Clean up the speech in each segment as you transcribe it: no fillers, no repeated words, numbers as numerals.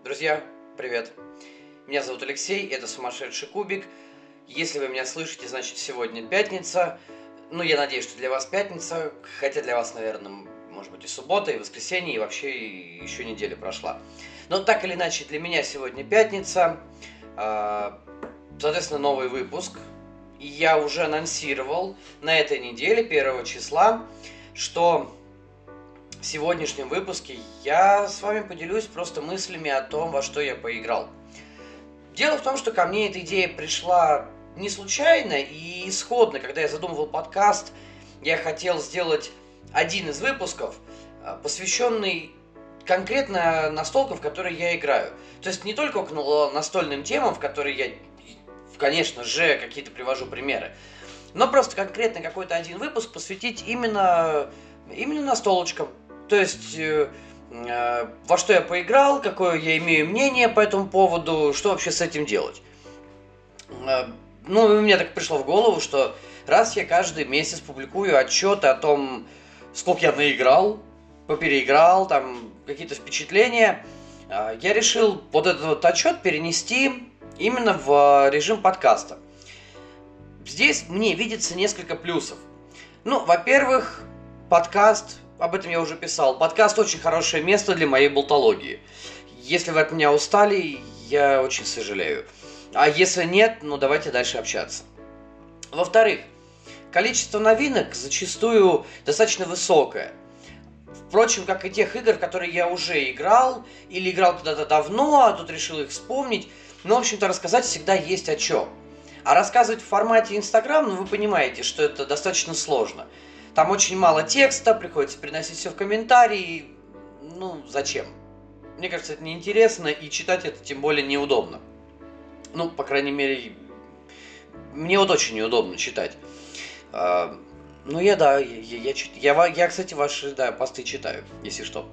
Друзья, привет! Меня зовут Алексей, это «Сумасшедший кубик». Если вы меня слышите, значит сегодня пятница. Я надеюсь, что для вас пятница, хотя для вас, наверное, может быть и суббота, и воскресенье, и вообще еще неделя прошла. Но так или иначе, для меня сегодня пятница, соответственно, новый выпуск. И я уже анонсировал на этой неделе, 1 числа, что в сегодняшнем выпуске я с вами поделюсь просто мыслями о том, во что я поиграл. Дело в том, что ко мне эта идея пришла не случайно и исходно. Когда я задумывал подкаст, я хотел сделать один из выпусков, посвященный конкретно настолкам, в которые я играю. То есть не только к настольным темам, в которые я, конечно же, какие-то привожу примеры, но просто конкретно какой-то один выпуск посвятить именно настолочкам. То есть во что я поиграл, какое я имею мнение по этому поводу, что вообще с этим делать. Мне так пришло в голову, что раз я каждый месяц публикую отчеты о том, сколько я наиграл, попереиграл, там какие-то впечатления, я решил вот этот вот отчет перенести именно в режим подкаста. Здесь мне видится несколько плюсов. Во-первых, подкаст, об этом я уже писал, подкаст очень хорошее место для моей болтологии. Если вы от меня устали, я очень сожалею. А если нет, давайте дальше общаться. Во-вторых, количество новинок зачастую достаточно высокое. Впрочем, как и тех игр, в которые я уже играл, или играл когда-то давно, а тут решил их вспомнить. В общем-то, рассказать всегда есть о чем. А рассказывать в формате Инстаграм, вы понимаете, что это достаточно сложно. Там очень мало текста, приходится приносить все в комментарии. Зачем? Мне кажется, это неинтересно, и читать это тем более неудобно. По крайней мере, мне вот очень неудобно читать. Я, кстати, ваши посты читаю, если что.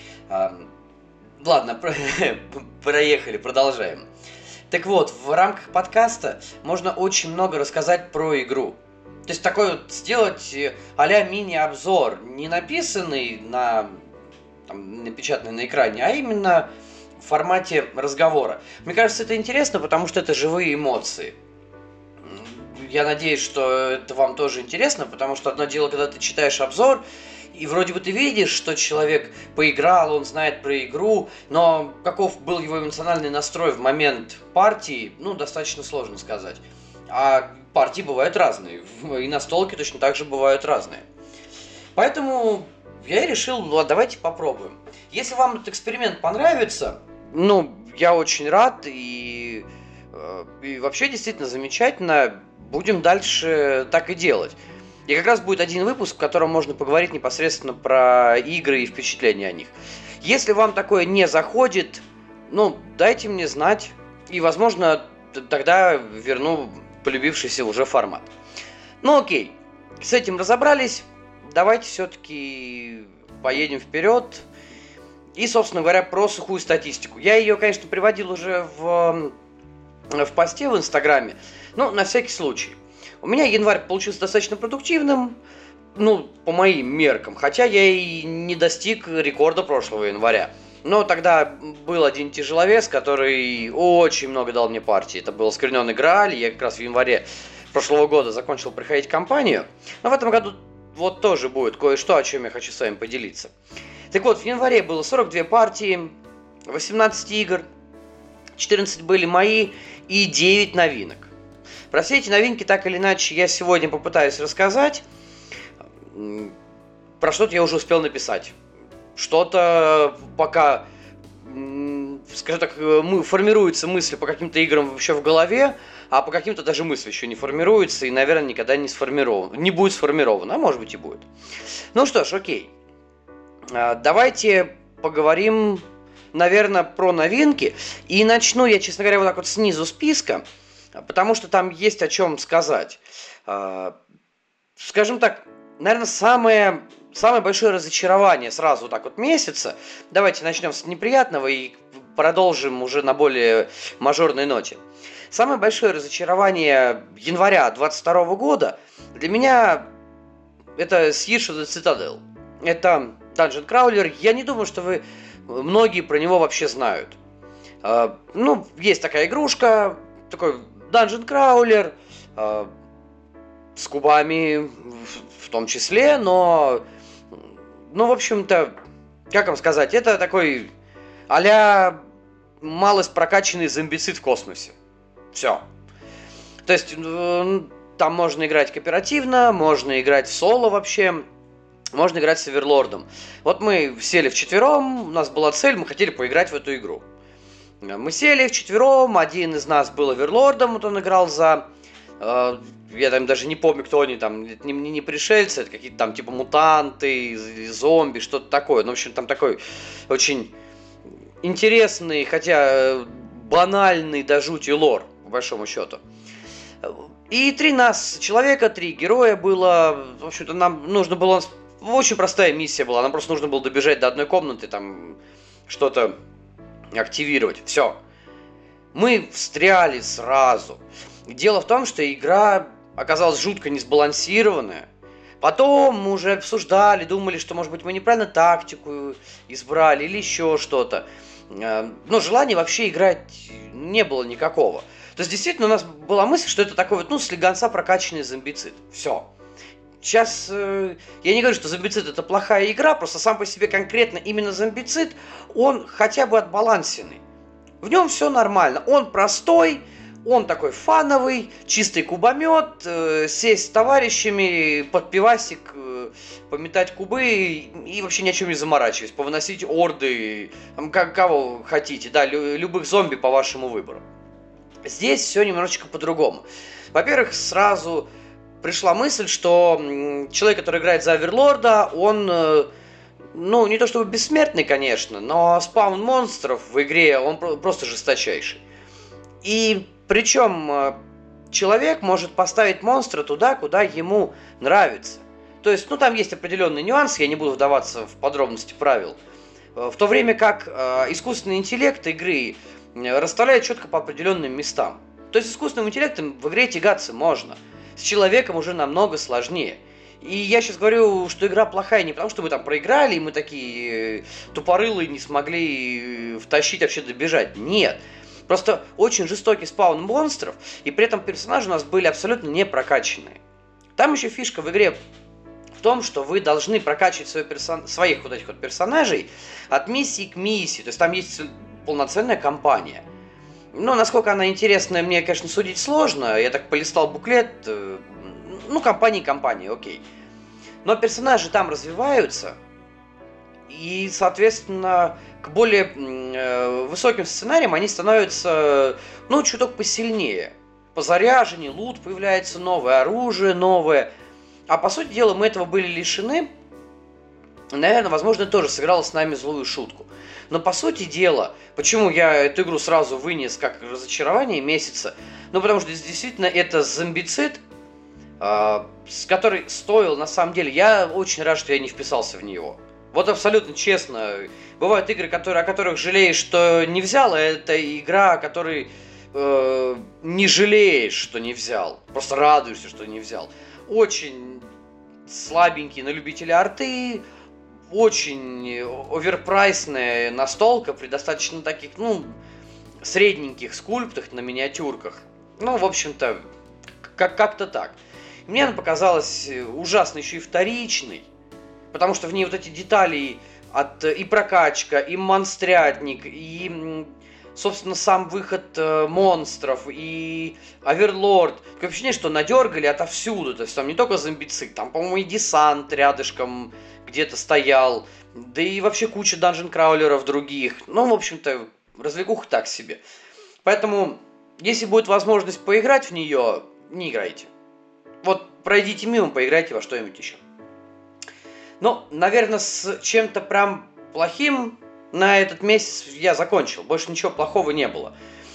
Ладно, проехали, продолжаем. Так вот, в рамках подкаста можно очень много рассказать про игру. То есть такой вот сделать а-ля мини-обзор, не написанный напечатанный на экране, а именно в формате разговора. Мне кажется, это интересно, потому что это живые эмоции. Я надеюсь, что это вам тоже интересно, потому что одно дело, когда ты читаешь обзор, и вроде бы ты видишь, что человек поиграл, он знает про игру, но каков был его эмоциональный настрой в момент партии, достаточно сложно сказать. А партии бывают разные, и настолки точно так же бывают разные. Поэтому я и решил, давайте попробуем. Если вам этот эксперимент понравится, я очень рад, и вообще действительно замечательно, будем дальше так и делать. И как раз будет один выпуск, в котором можно поговорить непосредственно про игры и впечатления о них. Если вам такое не заходит, дайте мне знать, и, возможно, тогда верну полюбившийся уже формат. Окей, с этим разобрались, давайте все-таки поедем вперед. И, собственно говоря, про сухую статистику. Я ее, конечно, приводил уже в посте в Инстаграме, но на всякий случай. У меня январь получился достаточно продуктивным, по моим меркам, хотя я и не достиг рекорда прошлого января. Но тогда был один тяжеловес, который очень много дал мне партий. Это был Оскверненный Грааль, я как раз в январе прошлого года закончил проходить кампанию. Но в этом году вот тоже будет кое-что, о чем я хочу с вами поделиться. Так вот, в январе было 42 партии, 18 игр, 14 были мои и 9 новинок. Про все эти новинки так или иначе я сегодня попытаюсь рассказать. Про что-то я уже успел написать. Что-то пока, скажем так, формируются мысли по каким-то играм еще в голове, а по каким-то даже мысли еще не формируются и, наверное, никогда не будет сформировано, а может быть и будет. Что ж, окей. Давайте поговорим, наверное, про новинки. И начну я, честно говоря, вот так вот снизу списка, потому что там есть о чем сказать. Скажем так, наверное, самое большое разочарование сразу вот так вот месяца. Давайте начнем с неприятного и продолжим уже на более мажорной ноте. Самое большое разочарование января 2022 года для меня это Siege of the Citadel. Это Dungeon Crawler. Я не думаю, что многие про него вообще знают. Ну, есть такая игрушка, такой Dungeon Crawler, с кубами в том числе, но, ну, в общем-то, как вам сказать, это такой а-ля малость прокачанный зомбицид в космосе. Все. То есть, там можно играть кооперативно, можно играть в соло вообще, можно играть с Оверлордом. Вот мы сели вчетвером, у нас была цель, мы хотели поиграть в эту игру. Мы сели вчетвером, один из нас был Оверлордом, вот он играл за... Я там даже не помню, кто они там, не пришельцы, это какие-то там типа мутанты, зомби, что-то такое. Ну, в общем, там такой очень интересный, хотя банальный до жути лор, по большому счету. И 3 нас человека, 3 героя было. В общем-то, нам нужно было... Очень простая миссия была, нам просто нужно было добежать до одной комнаты, там что-то активировать. Все. Мы встряли сразу. Дело в том, что игра оказалась жутко несбалансированная. Потом мы уже обсуждали, думали, что, может быть, мы неправильно тактику избрали или еще что-то. Но желания вообще играть не было никакого. То есть, действительно, у нас была мысль, что это такой вот, ну, слегонца прокачанный зомбицид. Все. Сейчас я не говорю, что зомбицид это плохая игра, просто сам по себе конкретно именно зомбицид, он хотя бы отбалансенный. В нем все нормально. Он простой, он такой фановый, чистый кубомет, сесть с товарищами, под пивасик, пометать кубы и вообще ни о чем не заморачиваясь, повыносить орды, кого хотите, да, любых зомби по вашему выбору. Здесь все немножечко по-другому. Во-первых, сразу пришла мысль, что человек, который играет за Оверлорда, он, ну, не то чтобы бессмертный, конечно, но спаун монстров в игре, он просто жесточайший. И причем человек может поставить монстра туда, куда ему нравится. То есть, ну, там есть определенный нюанс, я не буду вдаваться в подробности правил. В то время как искусственный интеллект игры расставляет четко по определенным местам. То есть, искусственным интеллектом в игре тягаться можно. С человеком уже намного сложнее. И я сейчас говорю, что игра плохая не потому, что мы там проиграли, и мы такие тупорылые не смогли втащить, вообще добежать. Нет. Просто очень жестокий спаун монстров, и при этом персонажи у нас были абсолютно не прокачанные. Там еще фишка в игре в том, что вы должны прокачивать своих вот этих вот персонажей от миссии к миссии. То есть там есть полноценная кампания. Ну, насколько она интересная, мне, конечно, судить сложно. Я так полистал буклет. Ну, компания, окей. Но персонажи там развиваются. И, соответственно, к более высоким сценариям они становятся, ну, чуток посильнее. Позаряженнее, лут появляется новое, оружие новое. А по сути дела мы этого были лишены. Наверное, возможно, это тоже сыграло с нами злую шутку. Но по сути дела, почему я эту игру сразу вынес как разочарование месяца? Ну, потому что действительно это зомбицид, с который стоил, на самом деле, я очень рад, что я не вписался в него. Вот абсолютно честно, бывают игры, о которых жалеешь, что не взял, а это игра, о которой не жалеешь, что не взял. Просто радуешься, что не взял. Очень слабенькие на любителя арты, очень оверпрайсная настолка при достаточно таких, ну, средненьких скульптах на миниатюрках. Ну, в общем-то, как-то так. Мне она показалась ужасно еще и вторичной, потому что в ней вот эти детали и прокачка, и монстрятник, и, собственно, сам выход монстров, и Оверлорд. Такое ощущение, что надергали отовсюду. То есть там не только зомбицид, там, по-моему, и десант рядышком где-то стоял, да и вообще куча данжен-краулеров других. Ну, в общем-то, развлекуха так себе. Поэтому, если будет возможность поиграть в нее, не играйте. Вот пройдите мимо, поиграйте во что-нибудь еще. Ну, наверное, с чем-то прям плохим на этот месяц я закончил. Больше ничего плохого не было.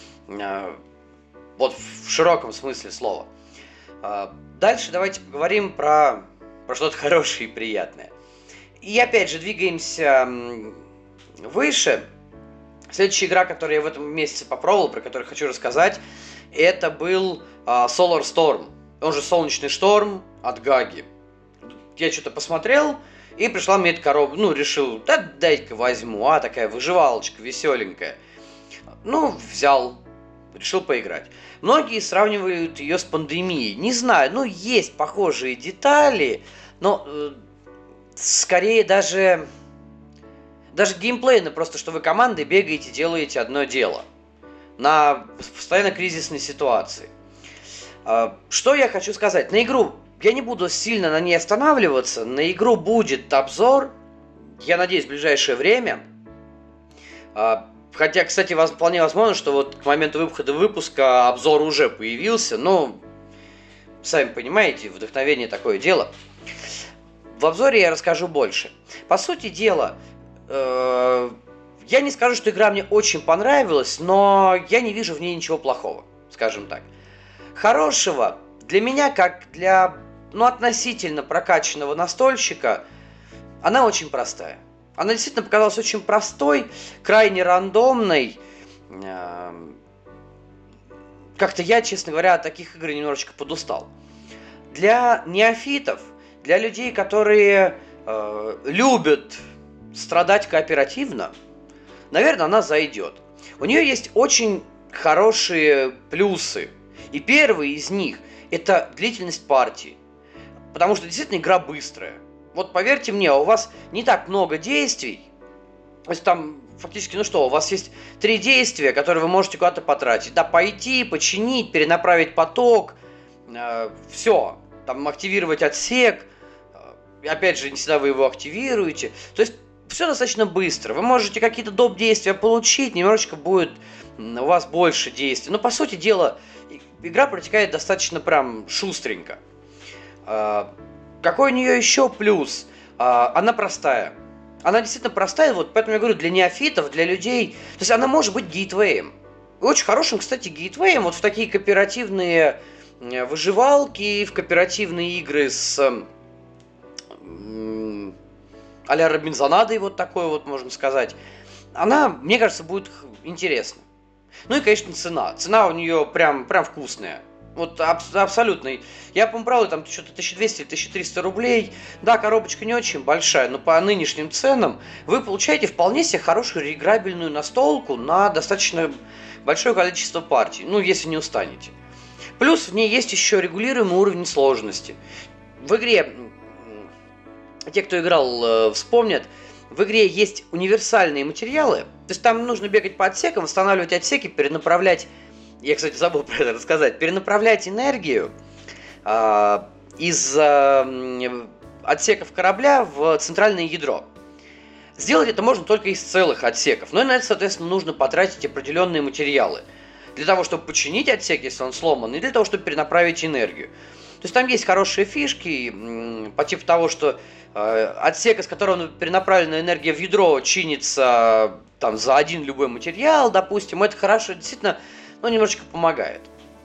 Вот в широком смысле слова. Дальше давайте поговорим про что-то хорошее и приятное. И опять же, двигаемся выше. Следующая игра, которую я в этом месяце попробовал, про которую хочу рассказать, это был Solar Storm. Он же Солнечный шторм от Гаги. Я что-то посмотрел, и пришла мне эта коробка. Ну, решил, да дай-ка возьму. Такая выживалочка веселенькая. Ну, взял, решил поиграть. Многие сравнивают ее с пандемией. Не знаю, ну, есть похожие детали, но скорее даже геймплейно, просто что вы командой бегаете, делаете одно дело на постоянно кризисной ситуации. Что я хочу сказать? На игру я не буду сильно на ней останавливаться. На игру будет обзор, я надеюсь, в ближайшее время. Хотя, кстати, вполне возможно, что вот к моменту выхода выпуска обзор уже появился. Но, сами понимаете, вдохновение такое дело. В обзоре я расскажу больше. По сути дела, я не скажу, что игра мне очень понравилась, но я не вижу в ней ничего плохого, скажем так. Хорошего для меня, как для, относительно прокачанного настольщика, она очень простая. Она действительно показалась очень простой, крайне рандомной. Как-то я, честно говоря, от таких игр немножечко подустал. Для неофитов, для людей, которые любят страдать кооперативно, наверное, она зайдет. У нее есть очень хорошие плюсы. И первый из них – это длительность партии. Потому что действительно игра быстрая. Вот поверьте мне, у вас не так много действий. То есть там фактически, у вас есть 3 действия, которые вы можете куда-то потратить. Да, пойти, починить, перенаправить поток. Все. Там активировать отсек. Опять же, не всегда вы его активируете. То есть все достаточно быстро. Вы можете какие-то доп. Действия получить, немножечко будет у вас больше действий. Но по сути дела, игра протекает достаточно прям шустренько. Какой у нее еще плюс? Она простая. Она действительно простая, вот поэтому я говорю, для неофитов, для людей. То есть она может быть гейтвеем. Очень хорошим, кстати, гейтвеем вот в такие кооперативные выживалки, в кооперативные игры с а-ля Робинзонадой, вот такой вот, можно сказать. Она, мне кажется, будет интересна. Ну и, конечно, цена. Цена у нее прям вкусная. Вот абсолютно. Я, по-моему, брал там что-то 1200-1300 рублей. Да, коробочка не очень большая, но по нынешним ценам вы получаете вполне себе хорошую реиграбельную настолку на достаточно большое количество партий. Ну, если не устанете. Плюс в ней есть еще регулируемый уровень сложности. В игре, те, кто играл, вспомнят, в игре есть универсальные материалы. То есть там нужно бегать по отсекам, восстанавливать отсеки, перенаправлять. Я, кстати, забыл про это рассказать. Перенаправлять энергию из отсеков корабля в центральное ядро. Сделать это можно только из целых отсеков. Но на это, соответственно, нужно потратить определенные материалы. Для того, чтобы починить отсек, если он сломан, и для того, чтобы перенаправить энергию. То есть там есть хорошие фишки, по типу того, что отсек, из которого перенаправлена энергия в ядро, чинится там за один любой материал, допустим. Это хорошо, действительно, немножечко помогает.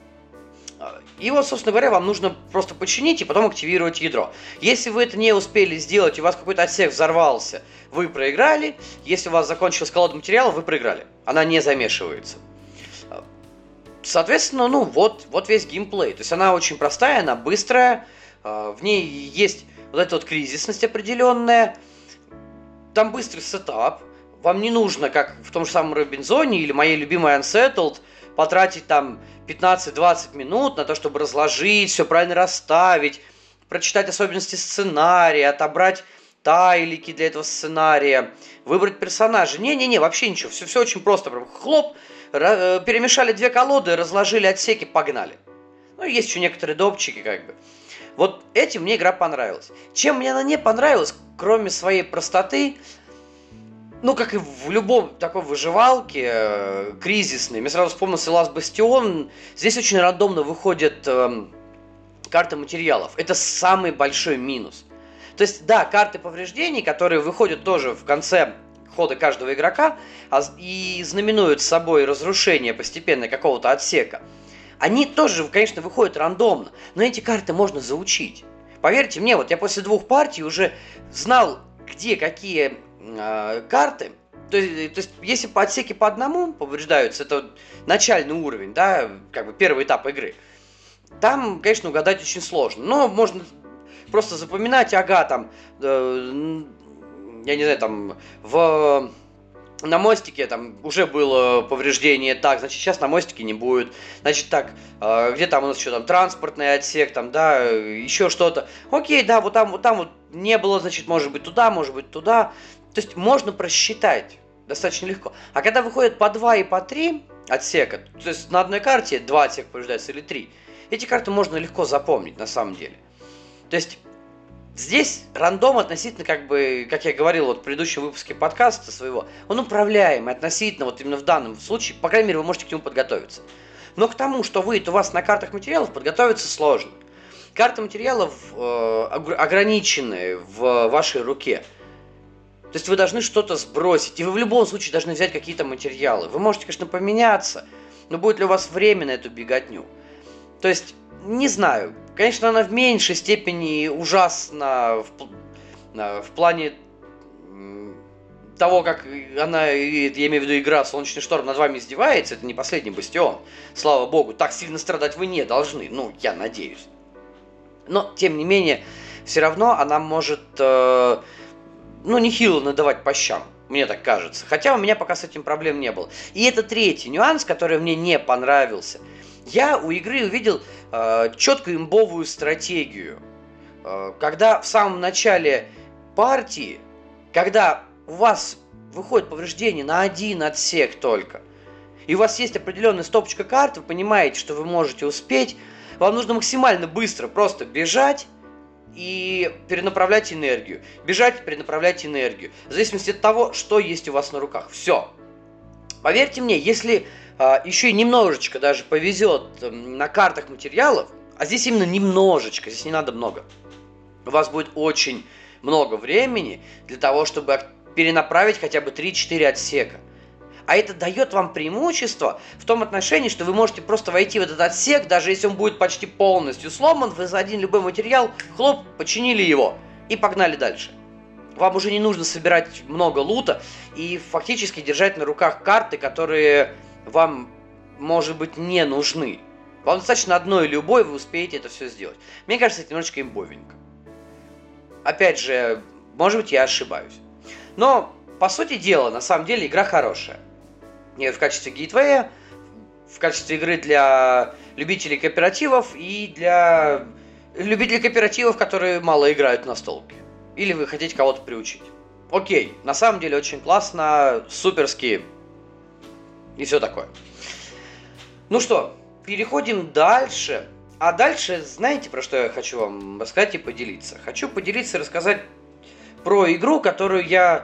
И вот, собственно говоря, вам нужно просто починить и потом активировать ядро. Если вы это не успели сделать, и у вас какой-то отсек взорвался, вы проиграли. Если у вас закончилась колода материалов, вы проиграли. Она не замешивается. Соответственно, вот весь геймплей. То есть она очень простая, она быстрая. В ней есть вот эта вот кризисность определенная. Там быстрый сетап. Вам не нужно, как в том же самом Робинзоне или моей любимой Unsettled, потратить там 15-20 минут на то, чтобы разложить, все правильно расставить, прочитать особенности сценария, отобрать тайлики для этого сценария, выбрать персонажа. Не-не-не, вообще ничего, все очень просто. Прям хлоп, перемешали 2 колоды, разложили отсеки, погнали. Есть еще некоторые допчики, как бы. Вот этим мне игра понравилась. Чем мне она не понравилась, кроме своей простоты, как и в любом такой выживалке кризисной, мне сразу вспомнился Last Bastion. Здесь очень рандомно выходят карты материалов. Это самый большой минус. То есть, да, карты повреждений, которые выходят тоже в конце хода каждого игрока и знаменуют собой разрушение постепенное какого-то отсека, они тоже, конечно, выходят рандомно, но эти карты можно заучить. Поверьте мне, вот я после 2 партий уже знал, где какие карты. То есть, если по отсеке по одному повреждаются, это начальный уровень, да, как бы первый этап игры, там, конечно, угадать очень сложно. Но можно просто запоминать, там, я не знаю, там, в на мостике там уже было повреждение, так, значит, сейчас на мостике не будет. Значит, так, где там у нас еще там транспортный отсек, там, да, еще что-то. Окей, да, вот там вот не было, значит, может быть туда, может быть туда. То есть можно просчитать достаточно легко. А когда выходят по 2 и по 3 отсека, то есть на одной карте 2 отсека повреждаются или 3, эти карты можно легко запомнить на самом деле. То есть здесь рандом относительно, как бы, как я говорил вот в предыдущем выпуске подкаста своего, он управляемый относительно, вот именно в данном случае, по крайней мере, вы можете к нему подготовиться. Но к тому, что у вас на картах материалов, подготовиться сложно. Карты материалов ограничены в вашей руке. То есть вы должны что-то сбросить, и вы в любом случае должны взять какие-то материалы. Вы можете, конечно, поменяться, но будет ли у вас время на эту беготню? То есть, не знаю, конечно, она в меньшей степени ужасна в плане того, как она, я имею в виду игра «Солнечный шторм» над вами издевается, это не последний бастион. Слава богу, так сильно страдать вы не должны, ну, я надеюсь. Но, тем не менее, все равно она может... нехило надавать по щам, мне так кажется. Хотя у меня пока с этим проблем не было. И это третий нюанс, который мне не понравился. Я у игры увидел четкую имбовую стратегию. Когда в самом начале партии, когда у вас выходит повреждение на один отсек только, и у вас есть определенная стопочка карт, вы понимаете, что вы можете успеть, вам нужно максимально быстро просто бежать, и перенаправлять энергию. Бежать, перенаправлять энергию. В зависимости от того, что есть у вас на руках. Все. Поверьте мне, если еще и немножечко даже повезет на картах материалов, а здесь именно немножечко, здесь не надо много, у вас будет очень много времени для того, чтобы перенаправить хотя бы 3-4 отсека. А это дает вам преимущество в том отношении, что вы можете просто войти в этот отсек, даже если он будет почти полностью сломан, вы за один любой материал, хлоп, починили его и погнали дальше. Вам уже не нужно собирать много лута и фактически держать на руках карты, которые вам, может быть, не нужны. Вам достаточно одной любой, вы успеете это все сделать. Мне кажется, это немножечко имбовенько. Опять же, может быть, я ошибаюсь. Но, по сути дела, на самом деле, игра хорошая. В качестве гейтвея, в качестве игры для любителей кооперативов и для любителей кооперативов, которые мало играют на столке. Или вы хотите кого-то приучить. Окей, на самом деле очень классно, суперски и все такое. Ну что, переходим дальше. А дальше, знаете, про что я хочу вам рассказать и поделиться? Хочу поделиться и рассказать про игру, которую я...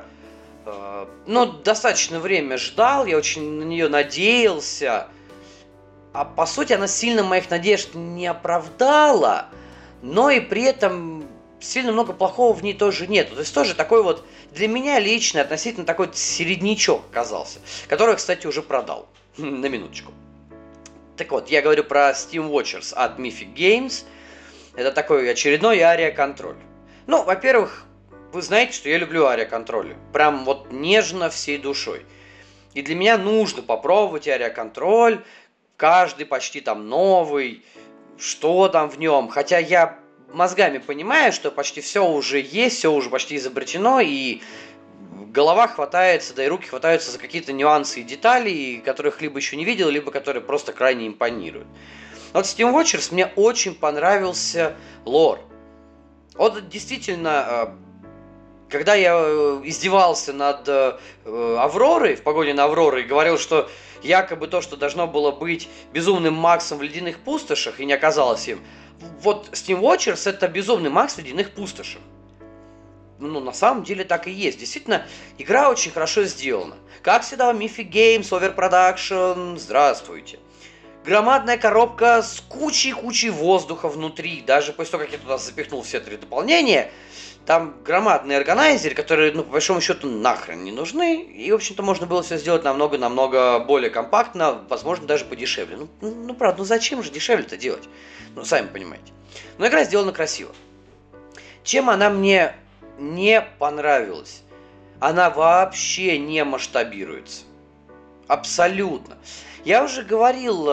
достаточно время ждал, я очень на нее надеялся, а по сути она сильно моих надежд не оправдала, но и при этом сильно много плохого в ней тоже нет. То есть тоже такой вот, для меня лично, относительно такой середнячок оказался, который я, кстати, уже продал, на минуточку. Так вот, я говорю про Steam Watchers от Mythic Games, это такой очередной ария-контроль. Ну, во-первых, вы знаете, что я люблю ария-контроли. Прям вот нежно всей душой. И для меня нужно попробовать ария-контроль. Каждый почти там новый. Что там в нем. Хотя я мозгами понимаю, что почти все уже есть, все уже почти изобретено. И голова хватается, да и руки хватаются за какие-то нюансы и детали, которых либо еще не видел, либо которые просто крайне импонируют. Вот Steam Watchers мне очень понравился лор. Вот действительно... Когда я издевался над Авророй, в погоне на Аврору, и говорил, что якобы то, что должно было быть безумным Максом в ледяных пустошах, и не оказалось им, вот Steam Watchers это безумный Макс в ледяных пустошах. Ну, на самом деле так и есть. Действительно, игра очень хорошо сделана. Как всегда, Mythic Games, Overproduction, здравствуйте. Громадная коробка с кучей воздуха внутри. Даже после того, как я туда запихнул все 3 дополнения, там громадные органайзеры, которые, по большому счету, нахрен не нужны. И, в общем-то, можно было все сделать намного более компактно, возможно, даже подешевле. Правда, зачем же дешевле-то делать? Сами понимаете. Но игра сделана красиво. Чем она мне не понравилась? Она вообще не масштабируется. Абсолютно. Я уже говорил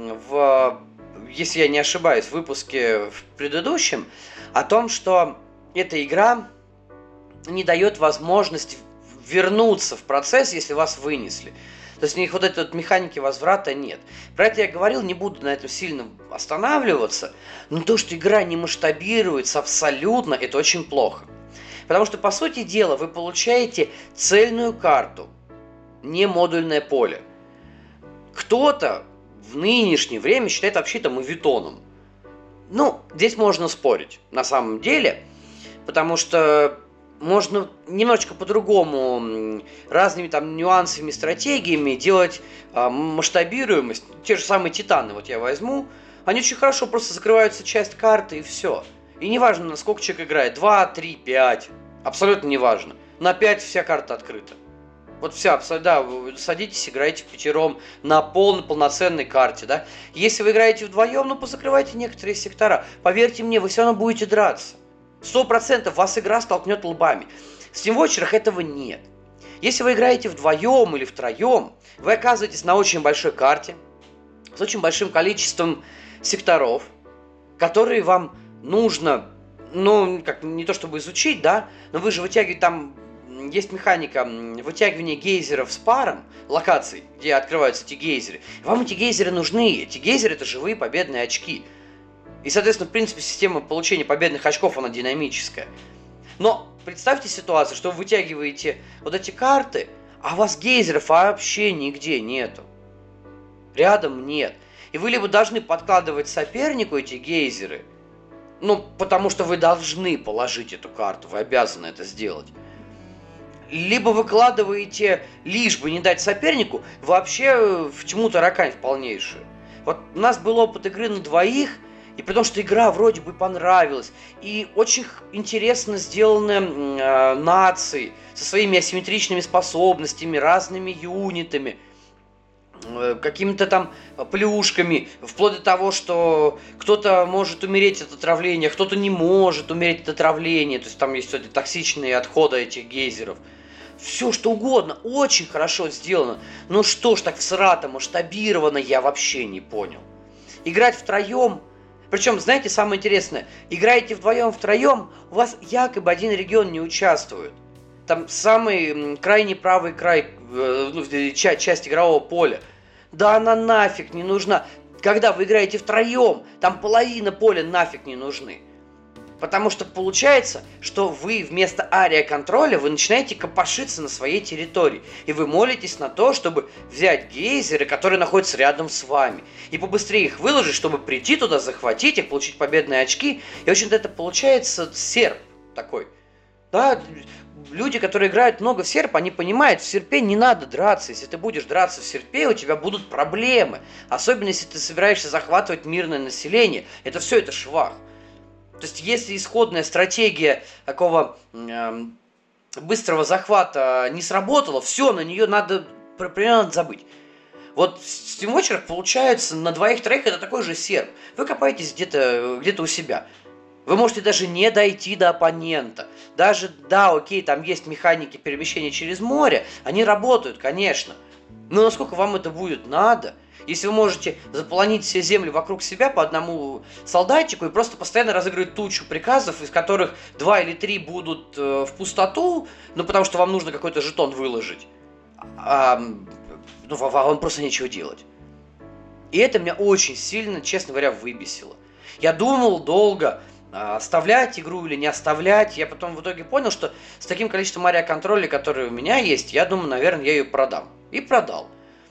если я не ошибаюсь, в выпуске в предыдущем о том, что эта игра не дает возможность вернуться в процесс, если вас вынесли. То есть у них вот этой вот механики возврата нет. Про это я говорил, не буду на этом сильно останавливаться, но то, что игра не масштабируется абсолютно, это очень плохо. Потому что, по сути дела, вы получаете цельную карту, не модульное поле. Кто-то в нынешнее время считает вообще это моветоном. Ну, здесь можно спорить, на самом деле, потому что можно немножечко по-другому, разными там нюансами, стратегиями делать масштабируемость. Те же самые Титаны, вот я возьму, они очень хорошо просто закрываются часть карты и все. И неважно, на сколько человек играет, 2, 3, 5, абсолютно неважно. На 5 вся карта открыта. Вот вся, да, вы садитесь, играете впятером на полноценной карте, да. Если вы играете вдвоем, ну, позакрывайте некоторые сектора. Поверьте мне, вы все равно будете драться. 100% вас игра столкнет лбами. В Steamwatcher'ах этого нет. Если вы играете вдвоем или втроем, вы оказываетесь на очень большой карте, с очень большим количеством секторов, которые вам нужно, ну, как не то чтобы изучить, да, но вы же вытягиваете там. Есть механика вытягивания гейзеров с паром, локаций, где открываются эти гейзеры. Вам эти гейзеры нужны. Эти гейзеры — это живые победные очки. И, соответственно, в принципе, система получения победных очков, она динамическая. Но представьте ситуацию, что вы вытягиваете вот эти карты, а у вас гейзеров вообще нигде нету. Рядом нет. И вы либо должны подкладывать сопернику эти гейзеры, ну, потому что вы должны положить эту карту, вы обязаны это сделать. Либо выкладываете, лишь бы не дать сопернику, вообще в тьму таракань в полнейшую. Вот у нас был опыт игры на двоих, и при том, что игра вроде бы понравилась, и очень интересно сделаны нации со своими асимметричными способностями, разными юнитами, какими-то там плюшками, вплоть до того, что кто-то может умереть от отравления, кто-то не может умереть от отравления, то есть там есть эти токсичные отходы этих гейзеров. Все что угодно, очень хорошо сделано. Но что ж так всрато масштабировано, я вообще не понял. Играть втроем, причем, знаете, самое интересное, играете вдвоем-втроем, у вас якобы один регион не участвует. Там самый крайне правый край, часть игрового поля. Да она нафиг не нужна. Когда вы играете втроем, там половина поля нафиг не нужны. Потому что получается, что вы вместо ария-контроля вы начинаете копошиться на своей территории. И вы молитесь на то, чтобы взять гейзеры, которые находятся рядом с вами. И побыстрее их выложить, чтобы прийти туда, захватить их, получить победные очки. И, в общем-то, это получается серп такой. Да, люди, которые играют много в серп, они понимают, в серпе не надо драться. Если ты будешь драться в серпе, у тебя будут проблемы. Особенно, если ты собираешься захватывать мирное население. Это все, это швах. То есть, если исходная стратегия такого быстрого захвата не сработала, все, на нее надо примерно забыть. Вот в Steamwatcher'ах получается на двоих-троих это такой же серп. Вы копаетесь где-то у себя. Вы можете даже не дойти до оппонента. Даже, да, окей, там есть механики перемещения через море, они работают, конечно. Но насколько вам это будет надо? Если вы можете заполонить все земли вокруг себя по одному солдатику и просто постоянно разыгрывать тучу приказов, из которых 2 или 3 будут в пустоту, ну потому что вам нужно какой-то жетон выложить, ну вам просто нечего делать. И это меня очень сильно, честно говоря, выбесило. Я думал долго, оставлять игру или не оставлять. Я потом в итоге понял, что с таким количеством ария-контролей, которые у меня есть, я думаю, наверное, я ее продам. И продал.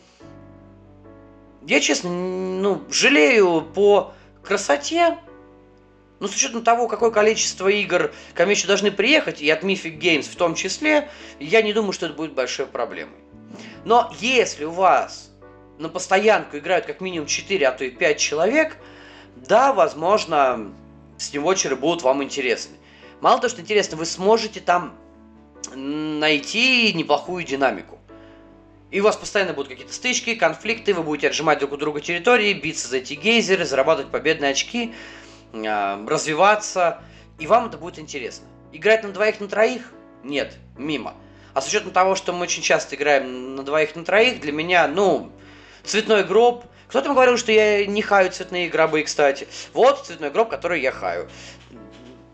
Я, честно, жалею по красоте, но с учетом того, какое количество игр ко мне еще должны приехать, и от Mythic Games в том числе, я не думаю, что это будет большой проблемой. Но если у вас на постоянку играют как минимум 4, а то и 5 человек, да, возможно, Steamwatcher'ы будут вам интересны. Мало того, что интересно, вы сможете там найти неплохую динамику. И у вас постоянно будут какие-то стычки, конфликты, вы будете отжимать друг у друга территории, биться за эти гейзеры, зарабатывать победные очки, развиваться. И вам это будет интересно. Играть на двоих, на троих? Нет, мимо. А с учетом того, что мы очень часто играем на двоих, на троих, для меня, цветной гроб. Кто там говорил, что я не хаю цветные гробы, кстати? Вот цветной гроб, который я хаю.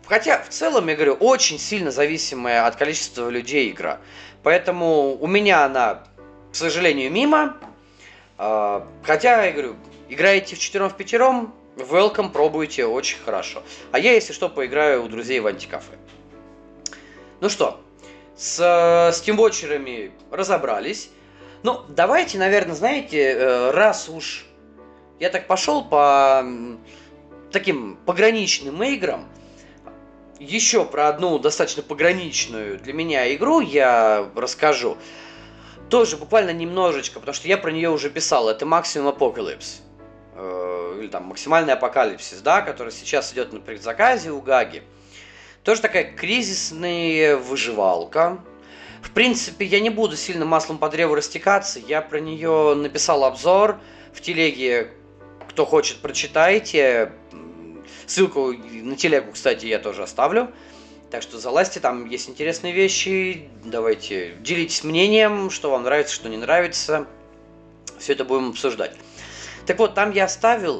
Хотя, в целом, я говорю, очень сильно зависимая от количества людей игра. Поэтому у меня она, к сожалению, мимо. Хотя, я говорю, играете в пятером, welcome, пробуйте, очень хорошо. А я, если что, поиграю у друзей в антикафе. Ну что, с стимвотчерами разобрались. Ну, давайте, наверное, знаете, раз уж я так пошел по таким пограничным играм, еще про одну достаточно пограничную для меня игру я расскажу. Тоже буквально немножечко, потому что я про нее уже писал. Это Maximum Apocalypse. Или там Максимальный апокалипсис, да, который сейчас идет на предзаказе у Гаги. Тоже такая кризисная выживалка. В принципе, я не буду сильно маслом по древу растекаться. Я про нее написал обзор в телеге. Кто хочет, прочитайте. Ссылку на телегу, кстати, я тоже оставлю. Так что залазьте, там есть интересные вещи. Давайте, делитесь мнением, что вам нравится, что не нравится. Все это будем обсуждать. Так вот, там я оставил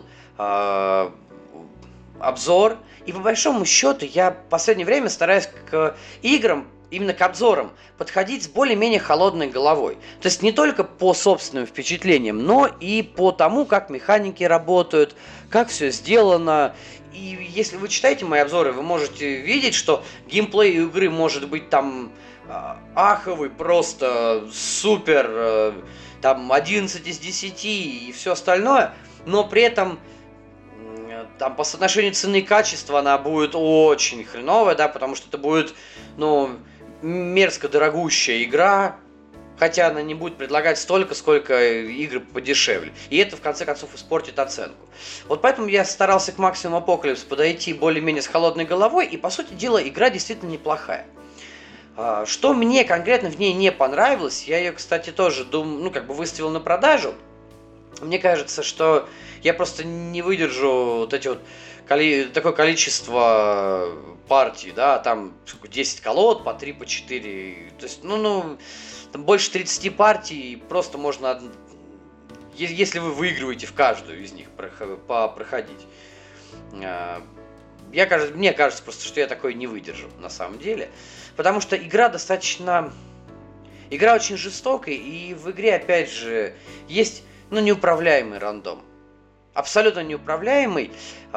обзор. И по большому счету я в последнее время стараюсь к играм, именно к обзорам, подходить с более-менее холодной головой. То есть не только по собственным впечатлениям, но и по тому, как механики работают, как все сделано. И если вы читаете мои обзоры, вы можете видеть, что геймплей у игры может быть там аховый, просто супер, там 11 из 10 и все остальное, но при этом там по соотношению цены и качества она будет очень хреновая, да, потому что это будет, ну, мерзко дорогущая игра, хотя она не будет предлагать столько, сколько игры подешевле. И это, в конце концов, испортит оценку. Вот поэтому я старался к Maximum Apocalypse подойти более-менее с холодной головой, и, по сути дела, игра действительно неплохая. Что мне конкретно в ней не понравилось, я ее, кстати, тоже выставил на продажу. Мне кажется, что я просто не выдержу вот эти вот такое количество партий, да, там 10 колод, по 3, по 4, то есть, там больше 30 партий, просто можно, если вы выигрываете в каждую из них, проходить. Мне кажется просто, что я такое не выдержу, на самом деле, потому что игра очень жестокая, и в игре, опять же, есть, неуправляемый рандом. Абсолютно неуправляемый,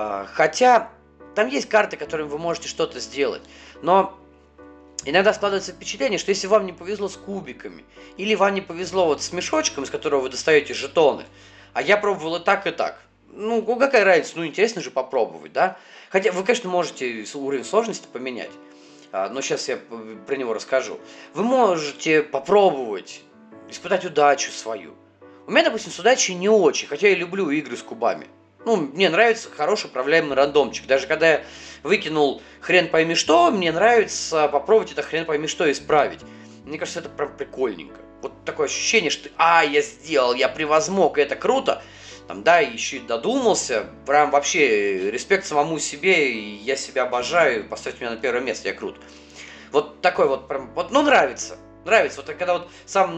хотя там есть карты, которыми вы можете что-то сделать, но иногда складывается впечатление, что если вам не повезло с кубиками, или вам не повезло вот с мешочком, из которого вы достаете жетоны, а я пробовал и так, какая разница, интересно же попробовать, да? Хотя вы, конечно, можете уровень сложности поменять, но сейчас я про него расскажу. Вы можете попробовать испытать удачу свою. У меня, допустим, с удачей не очень, хотя я люблю игры с кубами. Мне нравится хороший управляемый рандомчик. Даже когда я выкинул хрен пойми что, мне нравится попробовать это хрен пойми что исправить. Мне кажется, это прям прикольненько. Вот такое ощущение, что я сделал, я превозмог, и это круто. И еще и додумался. Прям вообще респект самому себе, и я себя обожаю. Поставьте меня на первое место, я крут. Вот такой вот прям, нравится. Нравится, вот когда вот сам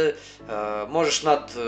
можешь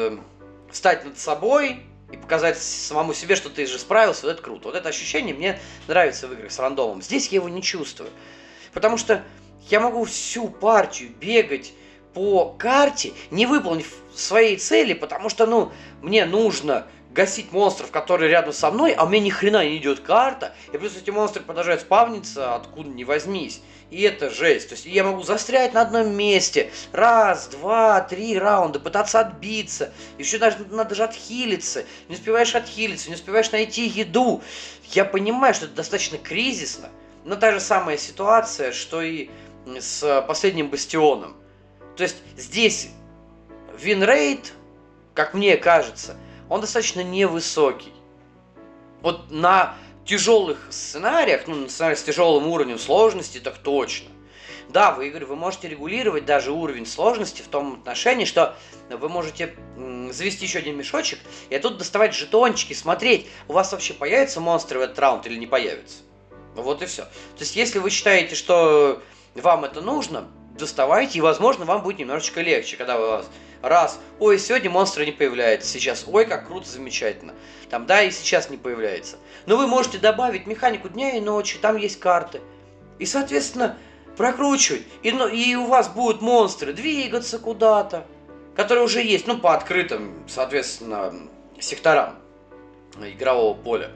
встать над собой и показать самому себе, что ты же справился, вот это круто. Вот это ощущение мне нравится в играх с рандомом. Здесь я его не чувствую. Потому что я могу всю партию бегать по карте, не выполнив своей цели, потому что, мне нужно гасить монстров, которые рядом со мной, а у меня ни хрена не идет карта, и плюс эти монстры продолжают спавниться, откуда ни возьмись. И это жесть. То есть я могу застрять на одном месте. 1, 2, 3 раунда, пытаться отбиться. Еще даже надо же отхилиться. Не успеваешь отхилиться, не успеваешь найти еду. Я понимаю, что это достаточно кризисно. Но та же самая ситуация, что и с последним бастионом. То есть здесь винрейт, как мне кажется, он достаточно невысокий. Вот на тяжелых сценариях, на сценариях с тяжелым уровнем сложности, так точно. Да, вы можете регулировать даже уровень сложности в том отношении, что вы можете завести еще один мешочек и оттуда доставать жетончики, смотреть, у вас вообще появятся монстры в этот раунд или не появятся. Вот и все. То есть, если вы считаете, что вам это нужно, доставайте, и, возможно, вам будет немножечко легче, когда у вас сегодня монстры не появляются, сейчас, как круто, замечательно. И сейчас не появляется. Но вы можете добавить механику дня и ночи, там есть карты. И, соответственно, прокручивать. И у вас будут монстры двигаться куда-то, которые уже есть, ну, по открытым, соответственно, секторам игрового поля.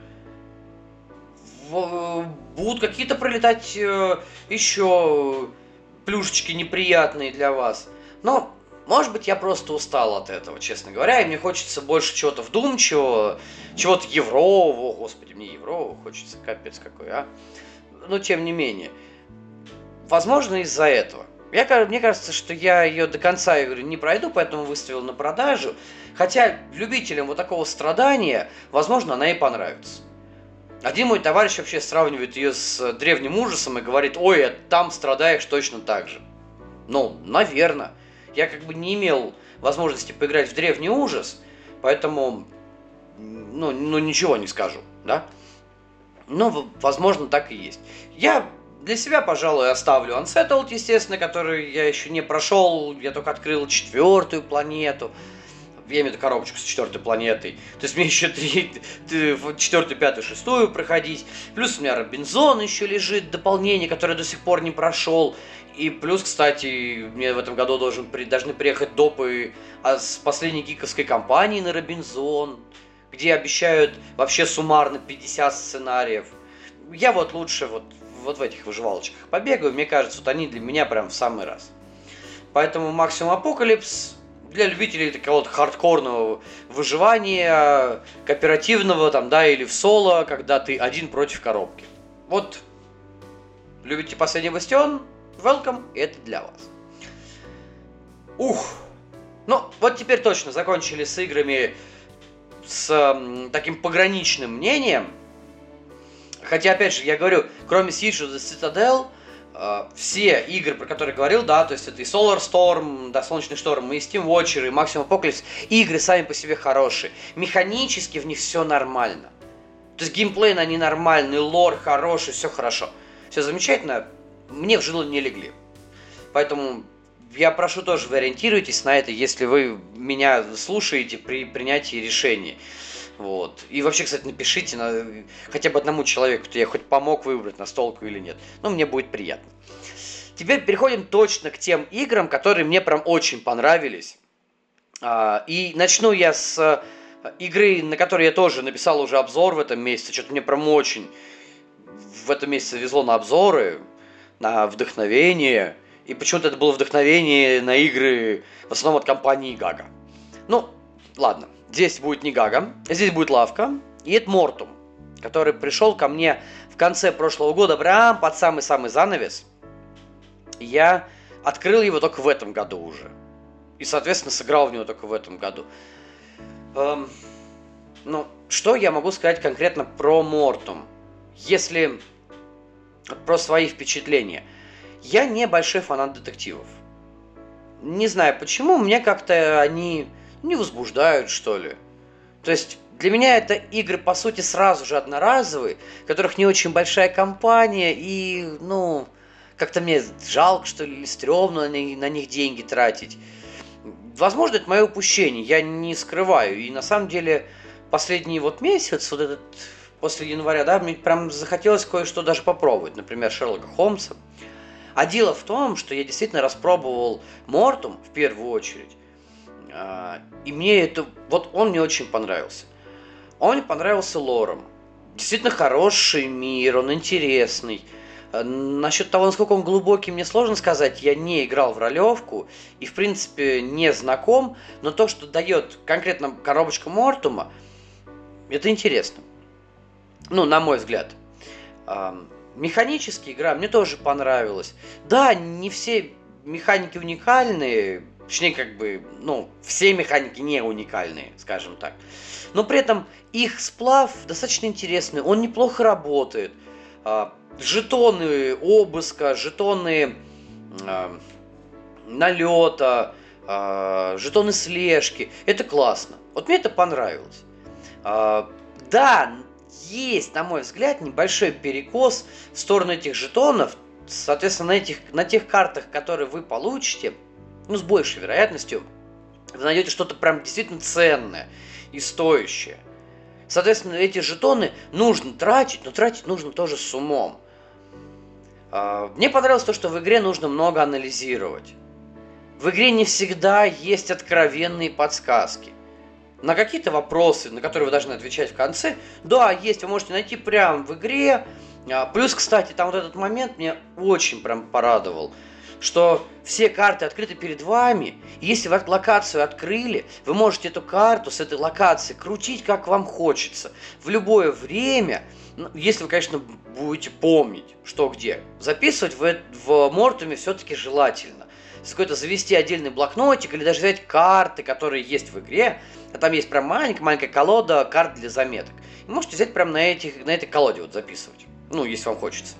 Будут какие-то пролетать еще плюшечки неприятные для вас. Но, может быть, я просто устал от этого, честно говоря, и мне хочется больше чего-то вдумчивого, чего-то еврового. Господи, мне еврового хочется, капец какой, а. Но, тем не менее, возможно, из-за этого. Мне кажется, что я ее до конца, я говорю, не пройду, поэтому выставил на продажу. Хотя любителям вот такого страдания, возможно, она и понравится. Один мой товарищ вообще сравнивает ее с древним ужасом и говорит: ой, там страдаешь точно так же. Ну, наверное. Я как бы не имел возможности поиграть в древний ужас, поэтому, ну ничего не скажу, да? Ну, возможно, так и есть. Я для себя, пожалуй, оставлю Unsettled, естественно, который я еще не прошел, я только открыл 4-ю планету. Я имею в виду коробочку с 4-й планетой. То есть мне еще 4-ю, 5-ю, 6-ю проходить. Плюс у меня Робинзон еще лежит, дополнение, которое я до сих пор не прошел. И плюс, кстати, мне в этом году должны приехать допы с последней гиковской кампании на Робинзон, где обещают вообще суммарно 50 сценариев. Я вот лучше вот в этих выживалочках побегаю. Мне кажется, вот они для меня прям в самый раз. Поэтому Maximum Apocalypse для любителей такого хардкорного выживания, кооперативного там, да, или в соло, когда ты один против коробки. Вот, любите Последний Бастион? Welcome, это для вас. Ух, ну вот теперь точно закончили с играми с таким пограничным мнением. Хотя, опять же, я говорю, кроме Siege of the Citadel, все игры, про которые говорил, да, то есть это и Solar Storm, да, Солнечный Шторм, и Steam Watcher, и Maximum Apocalypse, игры сами по себе хорошие. Механически в них все нормально. То есть геймплейно они нормальные, лор хороший, все хорошо. Все замечательно, мне в жилу не легли. Поэтому я прошу тоже, вы ориентируйтесь на это, если вы меня слушаете при принятии решений. Вот. И вообще, кстати, напишите хотя бы одному человеку, кто я хоть помог выбрать настолку или нет. Ну, мне будет приятно. Теперь переходим точно к тем играм, которые мне прям очень понравились. И начну я с игры, на которой я тоже написал уже обзор в этом месяце. Что-то мне прям очень в этом месяце везло на обзоры, на вдохновение. И почему-то это было вдохновение на игры в основном от компании Gaga. Ну, ладно. Здесь будет не Гага, здесь будет Лавка, и это Мортум, который пришел ко мне в конце прошлого года, прям под самый-самый занавес. Я открыл его только в этом году уже. И, соответственно, сыграл в него только в этом году. Ну, что я могу сказать конкретно про Мортум? Если про свои впечатления. Я не большой фанат детективов. Не знаю почему, мне как-то они не возбуждают, что ли. То есть для меня это игры, по сути, сразу же одноразовые, в которых не очень большая компания, и, ну, как-то мне жалко, что ли, или стрёмно на них деньги тратить. Возможно, это мое упущение, я не скрываю. И на самом деле последний вот месяц, вот этот, после января, да, мне прям захотелось кое-что даже попробовать. Например, Шерлока Холмса. А дело в том, что я действительно распробовал Мортум в первую очередь. И мне это... Вот он мне очень понравился. Он мне понравился лором. Действительно хороший мир, он интересный. Насчет того, насколько он глубокий, мне сложно сказать. Я не играл в ролевку и, в принципе, не знаком. Но то, что дает конкретно коробочка Мортума, это интересно. Ну, на мой взгляд. Механически игра мне тоже понравилась. Да, не все механики уникальные. Точнее, как бы, ну, все механики не уникальные, скажем так. Но при этом их сплав достаточно интересный, он неплохо работает. Жетоны обыска, жетоны налета, жетоны слежки. Это классно. Вот мне это понравилось. Да, есть, на мой взгляд, небольшой перекос в сторону этих жетонов. Соответственно, на тех картах, которые вы получите, ну, с большей вероятностью, вы найдете что-то прям действительно ценное и стоящее. Соответственно, эти жетоны нужно тратить, но тратить нужно тоже с умом. Мне понравилось то, что в игре нужно много анализировать. В игре не всегда есть откровенные подсказки. На какие-то вопросы, на которые вы должны отвечать в конце, да, есть, вы можете найти прямо в игре. Плюс, кстати, там вот этот момент меня очень прям порадовал, что все карты открыты перед вами, и если вы локацию открыли, вы можете эту карту с этой локации крутить, как вам хочется, в любое время, если вы, конечно, будете помнить, что где. Записывать в Мортуме все-таки желательно. Какой-то завести отдельный блокнотик или даже взять карты, которые есть в игре, а там есть прям маленькая колода карт для заметок. И можете взять прям на этой колоде вот записывать, если вам хочется.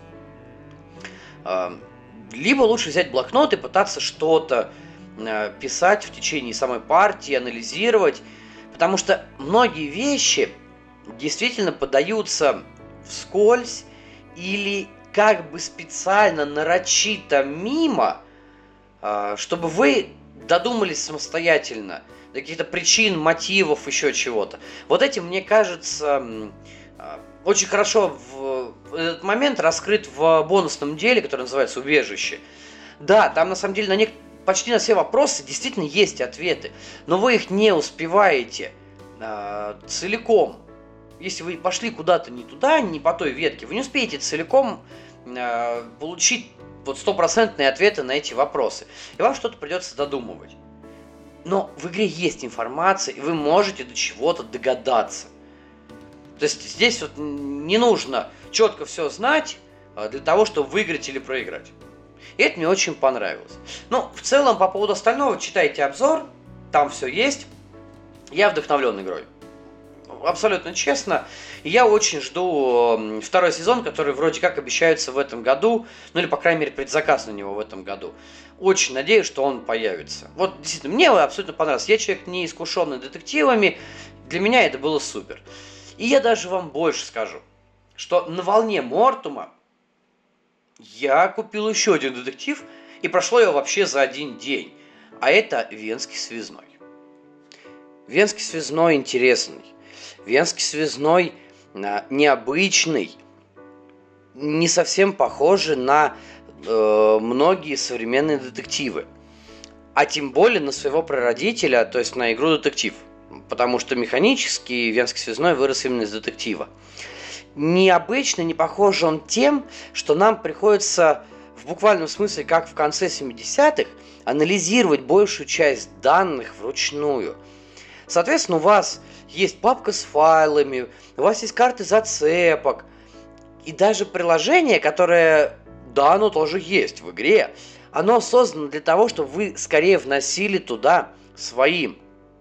Либо лучше взять блокнот и пытаться что-то писать в течение самой партии, анализировать, потому что многие вещи действительно подаются вскользь или как бы специально, нарочито мимо, чтобы вы додумались самостоятельно до каких-то причин, мотивов, еще чего-то. Вот этим, мне кажется, очень хорошо этот момент раскрыт в бонусном деле, который называется «Убежище». Да, там на самом деле почти на все вопросы действительно есть ответы, но вы их не успеваете целиком. Если вы пошли куда-то не туда, не по той ветке, вы не успеете целиком получить вот стопроцентные ответы на эти вопросы. И вам что-то придется додумывать. Но в игре есть информация, и вы можете до чего-то догадаться. То есть здесь вот не нужно четко все знать для того, чтобы выиграть или проиграть. И это мне очень понравилось. В целом, по поводу остального, читайте обзор, там все есть. Я вдохновлен игрой. Абсолютно честно. И я очень жду второй сезон, который вроде как обещается в этом году. Или, по крайней мере, предзаказ на него в этом году. Очень надеюсь, что он появится. Вот, действительно, мне абсолютно понравилось. Я человек не искушенный детективами. Для меня это было супер. И я даже вам больше скажу, что на волне Мортума я купил еще один детектив, и прошло его вообще за один день. А это «Венский связной». «Венский связной» интересный. «Венский связной» необычный, не совсем похожий на многие современные детективы. А тем более на своего прародителя, то есть на игру «Детектив». Потому что механически «Венский связной» вырос именно из детектива. Необычно, не похож он тем, что нам приходится в буквальном смысле, как в конце 70-х, анализировать большую часть данных вручную. Соответственно, у вас есть папка с файлами, у вас есть карты зацепок, и даже приложение, которое, да, оно тоже есть в игре, оно создано для того, чтобы вы скорее вносили туда свои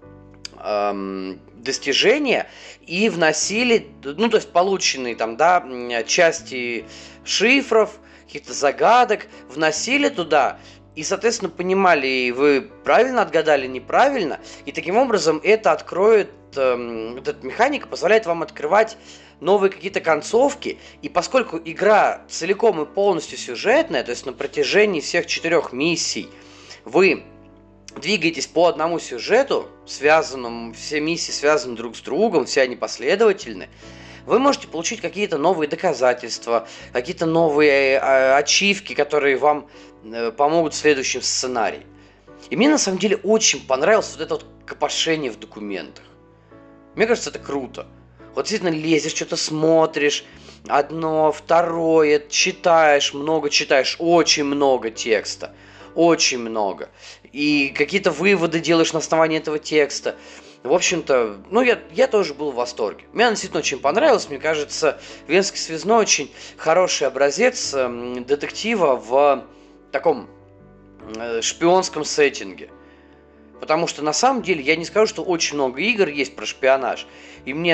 достижения и вносили, то есть полученные там, да, части шифров, каких-то загадок, вносили туда и, соответственно, понимали, вы правильно отгадали, неправильно, и таким образом это откроет, эта механика позволяет вам открывать новые какие-то концовки, и поскольку игра целиком и полностью сюжетная, то есть на протяжении всех 4 миссий вы двигаетесь по одному сюжету, связанному, все миссии связаны друг с другом, все они последовательны, вы можете получить какие-то новые доказательства, какие-то новые ачивки, которые вам помогут в следующем сценарии. И мне на самом деле очень понравилось вот это вот копошение в документах. Мне кажется, это круто. Вот действительно лезешь, что-то смотришь, одно, второе, читаешь, очень много текста. Очень много. И какие-то выводы делаешь на основании этого текста. В общем-то, я тоже был в восторге. Мне действительно очень понравилось. Мне кажется, «Венский связной» очень хороший образец детектива в таком шпионском сеттинге. Потому что на самом деле я не скажу, что очень много игр есть про шпионаж. И мне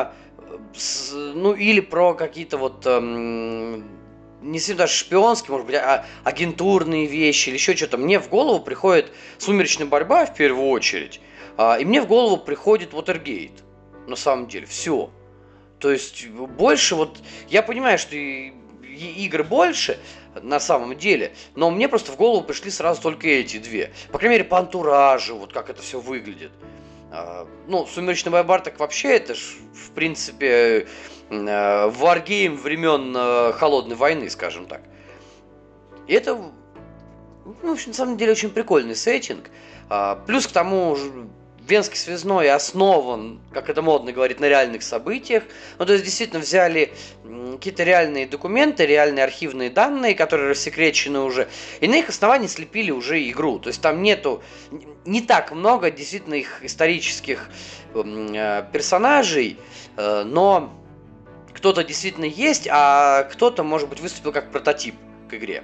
или про какие-то вот не совсем даже шпионские, может быть, агентурные вещи или еще что-то. Мне в голову приходит «Сумеречная борьба» в первую очередь, и мне в голову приходит «Уотергейт». На самом деле, все. То есть больше вот... Я понимаю, что игр больше на самом деле, но мне просто в голову пришли сразу только эти две. По крайней мере, по антуражу, вот как это все выглядит. «Сумеречная борьба» так вообще это ж, в принципе... варгейм времен Холодной войны, скажем так. И это, ну, в общем, на самом деле очень прикольный сеттинг. Плюс к тому, Венский связной основан, как это модно говорить, на реальных событиях. Ну, то есть, действительно, взяли какие-то реальные документы, реальные архивные данные, которые рассекречены уже, и на их основании слепили уже игру. То есть, там нету не так много действительно их исторических персонажей, но кто-то действительно есть, а кто-то, может быть, выступил как прототип к игре.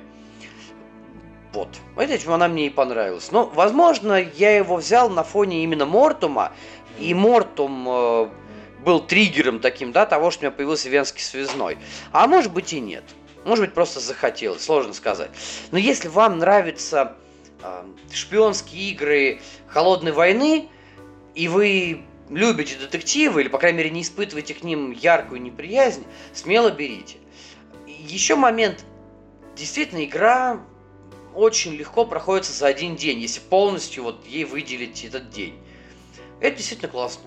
Вот. Этим она мне и понравилась. Но, возможно, я его взял на фоне именно Мортума, и Мортум был триггером таким, да, того, что у меня появился Венский связной. А может быть и нет. Может быть, просто захотелось, сложно сказать. Но если вам нравятся шпионские игры Холодной войны, и вы любите детективы, или, по крайней мере, не испытываете к ним яркую неприязнь, смело берите. Еще момент. Действительно, игра очень легко проходится за один день, если полностью вот ей выделить этот день. Это действительно классно.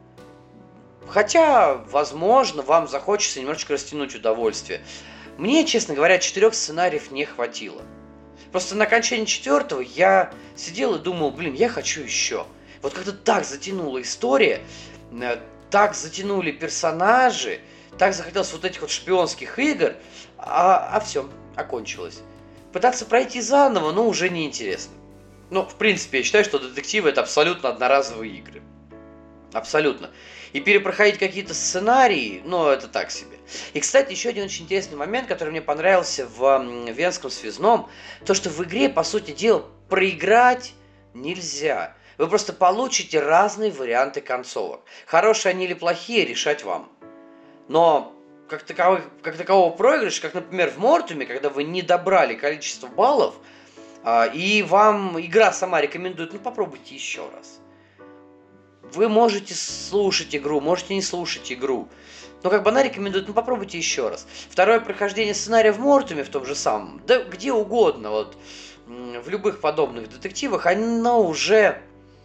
Хотя, возможно, вам захочется немножечко растянуть удовольствие. Мне, честно говоря, 4 сценариев не хватило. Просто на окончании 4-го я сидел и думал, я хочу еще. Вот как-то так затянула история, так затянули персонажи, так захотелось вот этих вот шпионских игр, а все, окончилось. Пытаться пройти заново, уже неинтересно. В принципе, я считаю, что детективы — это абсолютно одноразовые игры. Абсолютно. И перепроходить какие-то сценарии, это так себе. И, кстати, еще один очень интересный момент, который мне понравился в Венском связном, то, что в игре, по сути дела, проиграть нельзя. Вы просто получите разные варианты концовок. Хорошие они или плохие, решать вам. Но как такового проигрыша, как, например, в Мортуме, когда вы не добрали количество баллов, и вам игра сама рекомендует, попробуйте еще раз. Вы можете слушать игру, можете не слушать игру. Но она рекомендует, попробуйте еще раз. Второе прохождение сценария в Мортуме, в том же самом, да где угодно, в любых подобных детективах, оно уже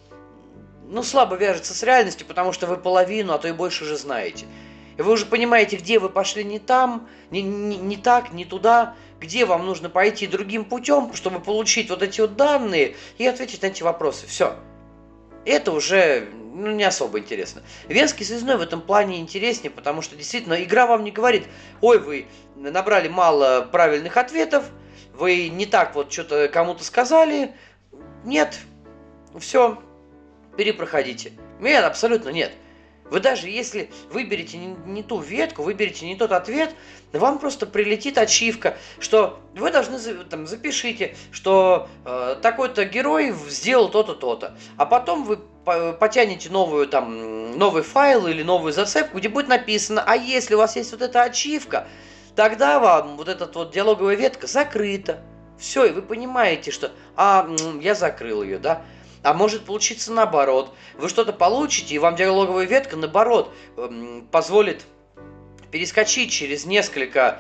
слабо вяжется с реальностью, потому что вы половину, а то и больше уже знаете. И вы уже понимаете, где вы пошли не там, не так, не туда, где вам нужно пойти другим путем, чтобы получить вот эти вот данные и ответить на эти вопросы. Все. Это уже не особо интересно. Венский связной в этом плане интереснее, потому что действительно игра вам не говорит: ой, вы набрали мало правильных ответов, вы не так что-то кому-то сказали. Нет. Все. Перепроходите. Нет, абсолютно нет. Вы даже если выберете не ту ветку, выберете не тот ответ, вам просто прилетит ачивка, что вы должны, запишите, что такой-то герой сделал то-то, то-то. А потом вы потянете новый файл или новую зацепку, где будет написано: а если у вас есть вот эта ачивка, тогда вам вот эта вот диалоговая ветка закрыта. Все, и вы понимаете, что я закрыл ее, да? А может получиться наоборот. Вы что-то получите, и вам диалоговая ветка, наоборот, позволит перескочить через несколько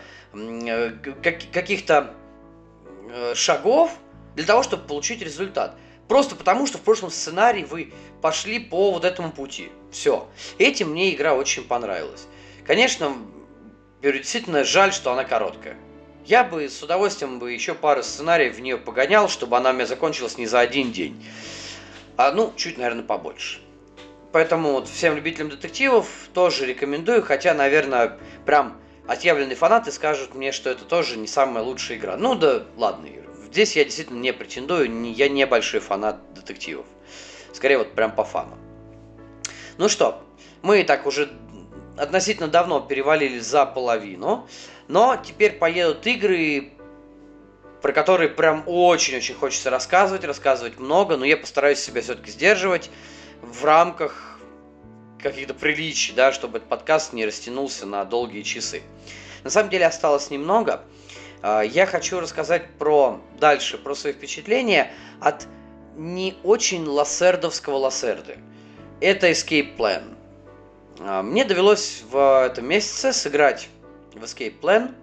каких-то шагов для того, чтобы получить результат. Просто потому, что в прошлом сценарии вы пошли по вот этому пути. Все. Этим мне игра очень понравилась. Конечно, действительно жаль, что она короткая. Я бы с удовольствием еще пару сценариев в нее погонял, чтобы она у меня закончилась не за один день. Чуть, наверное, побольше. Поэтому всем любителям детективов тоже рекомендую, хотя, наверное, прям отъявленные фанаты скажут мне, что это тоже не самая лучшая игра. Да ладно, здесь я действительно не претендую, я не большой фанат детективов. Скорее, прям по фану. Ну что, мы так уже относительно давно перевалили за половину, но теперь поедут игры, про которые прям очень-очень хочется рассказывать много, но я постараюсь себя все-таки сдерживать в рамках каких-то приличий, да, чтобы этот подкаст не растянулся на долгие часы. На самом деле осталось немного. Я хочу рассказать дальше про свои впечатления от не очень лассердовского лассерды. Это Escape Plan. Мне довелось в этом месяце сыграть в Escape Plan.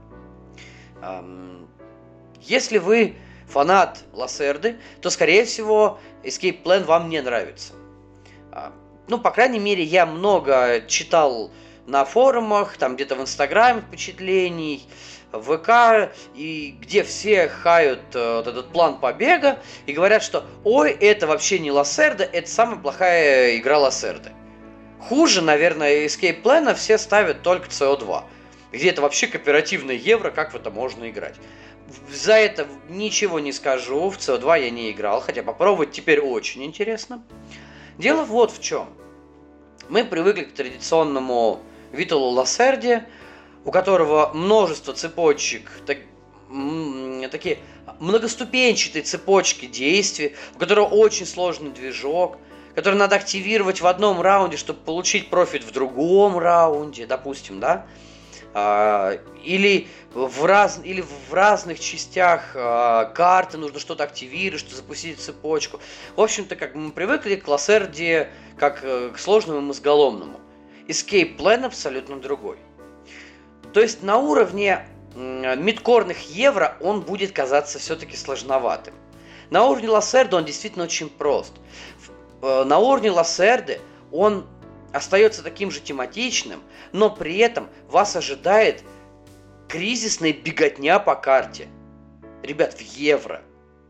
Если вы фанат лассерды, то, скорее всего, Escape Plan вам не нравится. По крайней мере, я много читал на форумах, где-то в Инстаграме впечатлений. в ВК, и где все хают вот этот план побега и говорят, что ой, это вообще не Лассерда, это самая плохая игра Лассерды. Хуже, наверное, Escape Plan все ставят только CO2, где это вообще кооперативное евро, как в это можно играть. За это ничего не скажу, в CO2 я не играл, хотя попробовать теперь очень интересно. Дело вот в чем. Мы привыкли к традиционному Виталу Лассерде, у которого множество цепочек, такие многоступенчатые цепочки действий, у которого очень сложный движок, который надо активировать в одном раунде, чтобы получить профит в другом раунде, допустим, да? Или в разных частях карты нужно что-то активировать, чтобы запустить цепочку. В общем-то, как мы привыкли к Лассерде, как к сложному мозголомному. Escape Plan абсолютно другой. То есть на уровне мидкорных евро он будет казаться все-таки сложноватым. На уровне Лассерды он действительно очень прост. На уровне Лассерды он остается таким же тематичным, но при этом вас ожидает кризисная беготня по карте. Ребят, в евро.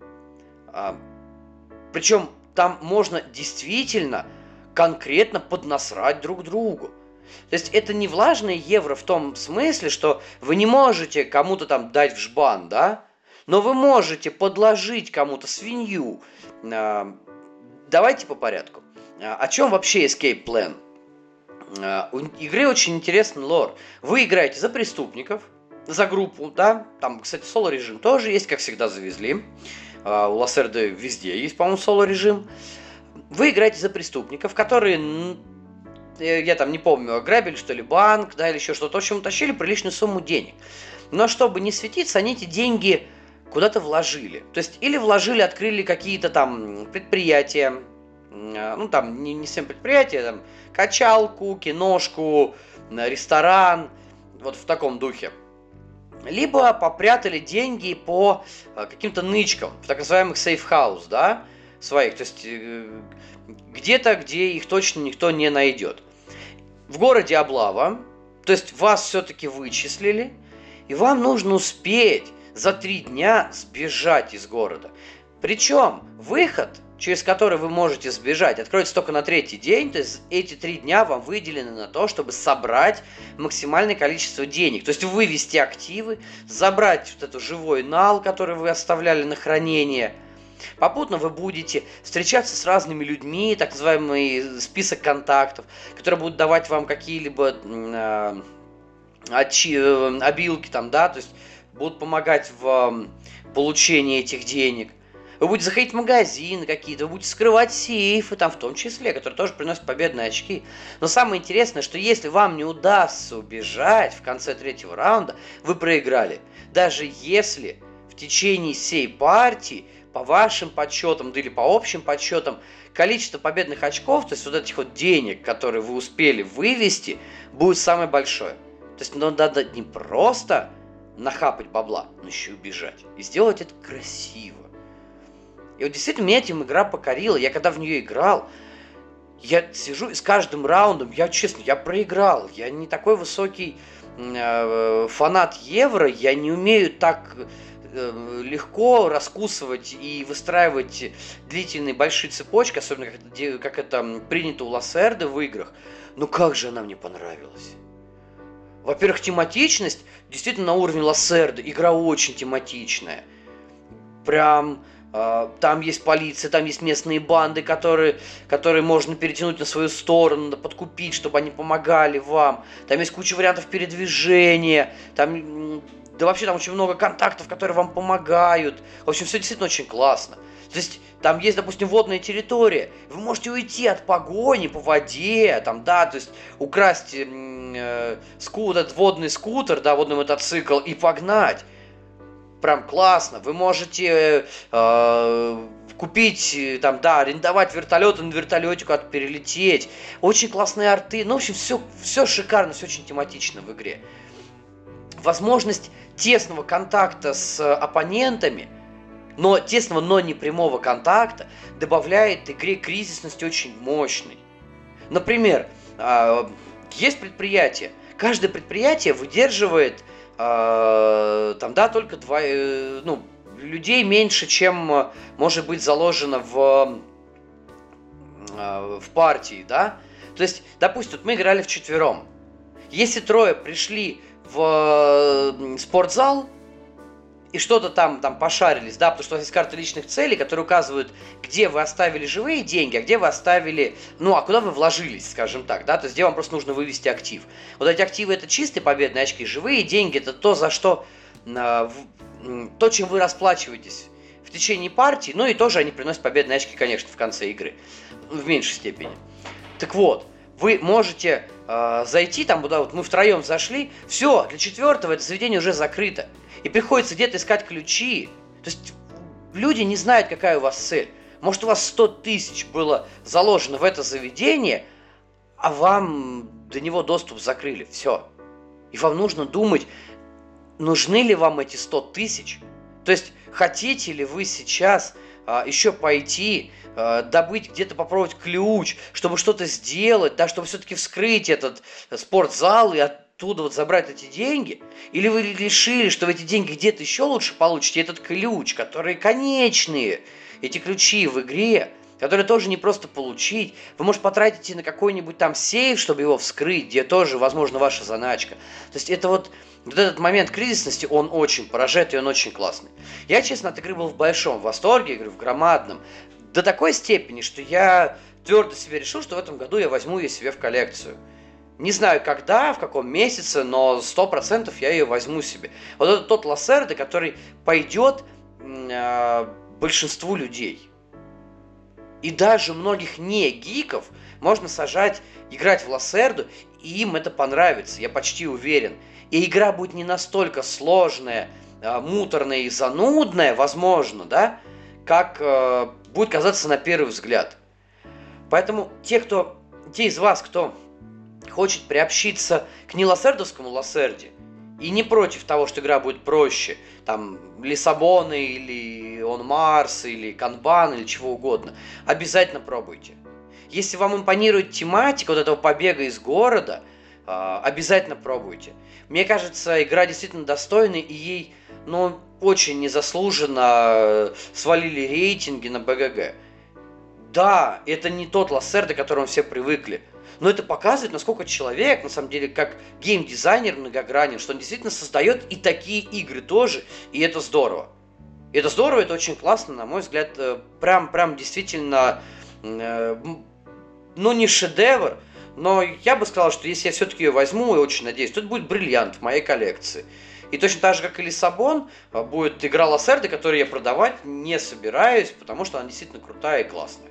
Причем там можно действительно конкретно поднасрать друг другу. То есть это не влажное евро в том смысле, что вы не можете кому-то там дать в жбан, да? Но вы можете подложить кому-то свинью. Давайте по порядку. О чем вообще Escape Plan? У игры очень интересный лор. Вы играете за преступников, за группу, да? Там, кстати, соло-режим тоже есть, как всегда завезли. У Лассерды везде есть, по-моему, соло-режим. Вы играете за преступников, которые, я там не помню, грабили, что ли, банк, да, или еще что-то. В общем, утащили приличную сумму денег. Но чтобы не светиться, они эти деньги куда-то вложили. То есть, или вложили, открыли какие-то там предприятия, ну, там, не всем предприятия, там, качалку, киношку, ресторан, вот в таком духе. Либо попрятали деньги по каким-то нычкам, в так называемых сейф-хаус, да, своих, то есть где-то, где их точно никто не найдет. В городе облава, то есть вас все-таки вычислили, и вам нужно успеть за 3 дня сбежать из города. Причем выход, через который вы можете сбежать, откроется только на 3-й день, то есть эти 3 дня вам выделены на то, чтобы собрать максимальное количество денег. То есть вывести активы, забрать вот этот живой нал, который вы оставляли на хранение. Попутно вы будете встречаться с разными людьми, так называемый список контактов, которые будут давать вам какие-либо обилки, там, да, то есть будут помогать в получении этих денег. Вы будете заходить в магазины какие-то, вы будете скрывать сейфы, там в том числе, которые тоже приносят победные очки. Но самое интересное, что если вам не удастся убежать в конце 3-го раунда, вы проиграли. Даже если в течение всей партии, по вашим подсчетам, да или по общим подсчетам, количество победных очков, то есть вот этих вот денег, которые вы успели вывести, будет самое большое. То есть надо не просто нахапать бабла, но еще и убежать. И сделать это красиво. И вот действительно меня этим игра покорила. Я когда в нее играл, я сижу и с каждым раундом, я проиграл. Я не такой высокий фанат евро, я не умею так легко раскусывать и выстраивать длительные большие цепочки, особенно как это принято у Лассерды в играх. Но как же она мне понравилась. Во-первых, тематичность действительно на уровне Лассерды. Игра очень тематичная. Прям там есть полиция, там есть местные банды, которые можно перетянуть на свою сторону, надо подкупить, чтобы они помогали вам. Там есть куча вариантов передвижения. Да вообще там очень много контактов, которые вам помогают. В общем, все действительно очень классно. То есть там есть, допустим, водная территория. Вы можете уйти от погони по воде, там, да, то есть украсть этот водный скутер, да, водный мотоцикл и погнать. Прям классно. Вы можете купить, там, да, арендовать вертолет и на вертолете куда-то перелететь. Очень классные арты. Ну, в общем, все шикарно, все очень тематично в игре. Возможность тесного контакта с оппонентами, но тесного, но не прямого контакта, добавляет игре кризисности очень мощной. Например, есть предприятие. Каждое предприятие выдерживает там, да, только людей меньше, чем может быть заложено в партии, да. То есть, допустим, мы играли вчетвером. Если трое пришли в спортзал и что-то там пошарились, да, потому что у вас есть карта личных целей, которые указывают, где вы оставили живые деньги, а где вы оставили, а куда вы вложились, скажем так, да, то есть где вам просто нужно вывести актив. Вот эти активы — это чистые победные очки, живые деньги — это то, за что, то, чем вы расплачиваетесь в течение партии, и тоже они приносят победные очки, конечно, в конце игры, в меньшей степени. Так вот, вы можете зайти, мы втроем зашли, все, для четвертого это заведение уже закрыто. И приходится где-то искать ключи. То есть люди не знают, какая у вас цель. Может, у вас 100 тысяч было заложено в это заведение, а вам до него доступ закрыли. Все. И вам нужно думать, нужны ли вам эти 100 тысяч. То есть хотите ли вы сейчас еще пойти, добыть где-то, попробовать ключ, чтобы что-то сделать, да, чтобы все-таки вскрыть этот спортзал и оттуда забрать эти деньги? Или вы решили, что вы эти деньги где-то еще лучше получите, этот ключ, которые конечные, эти ключи в игре, которые тоже не просто получить. Вы, может, потратите на какой-нибудь там сейф, чтобы его вскрыть, где тоже, возможно, ваша заначка. То есть это вот этот момент кризисности, он очень поражает, и он очень классный. Я, честно, от игры был в большом восторге, игры в громадном, до такой степени, что я твердо себе решил, что в этом году я возьму ее себе в коллекцию. Не знаю когда, в каком месяце, но 100% я ее возьму себе. Вот это тот Лассердо, который пойдет большинству людей. И даже многих не гиков можно сажать, играть в Лассерду, и им это понравится, я почти уверен. И игра будет не настолько сложная, муторная и занудная, возможно, да, как будет казаться на первый взгляд. Поэтому те из вас, кто хочет приобщиться к нелассердовскому Лассерде и не против того, что игра будет проще, там, Лиссабоны или Он Марс, или Канбан, или чего угодно, обязательно пробуйте. Если вам импонирует тематика вот этого побега из города, обязательно пробуйте. Мне кажется, игра действительно достойная, и ей, очень незаслуженно свалили рейтинги на БГГ. Да, это не тот Лассердо, к которому все привыкли, но это показывает, насколько человек, на самом деле, как геймдизайнер многогранен, что он действительно создает и такие игры тоже, и это здорово. Это здорово, это очень классно, на мой взгляд, прям действительно, не шедевр, но я бы сказал, что если я все-таки ее возьму, и очень надеюсь, то это будет бриллиант в моей коллекции. И точно так же, как и Лиссабон, будет игра Лассердо, которую я продавать не собираюсь, потому что она действительно крутая и классная.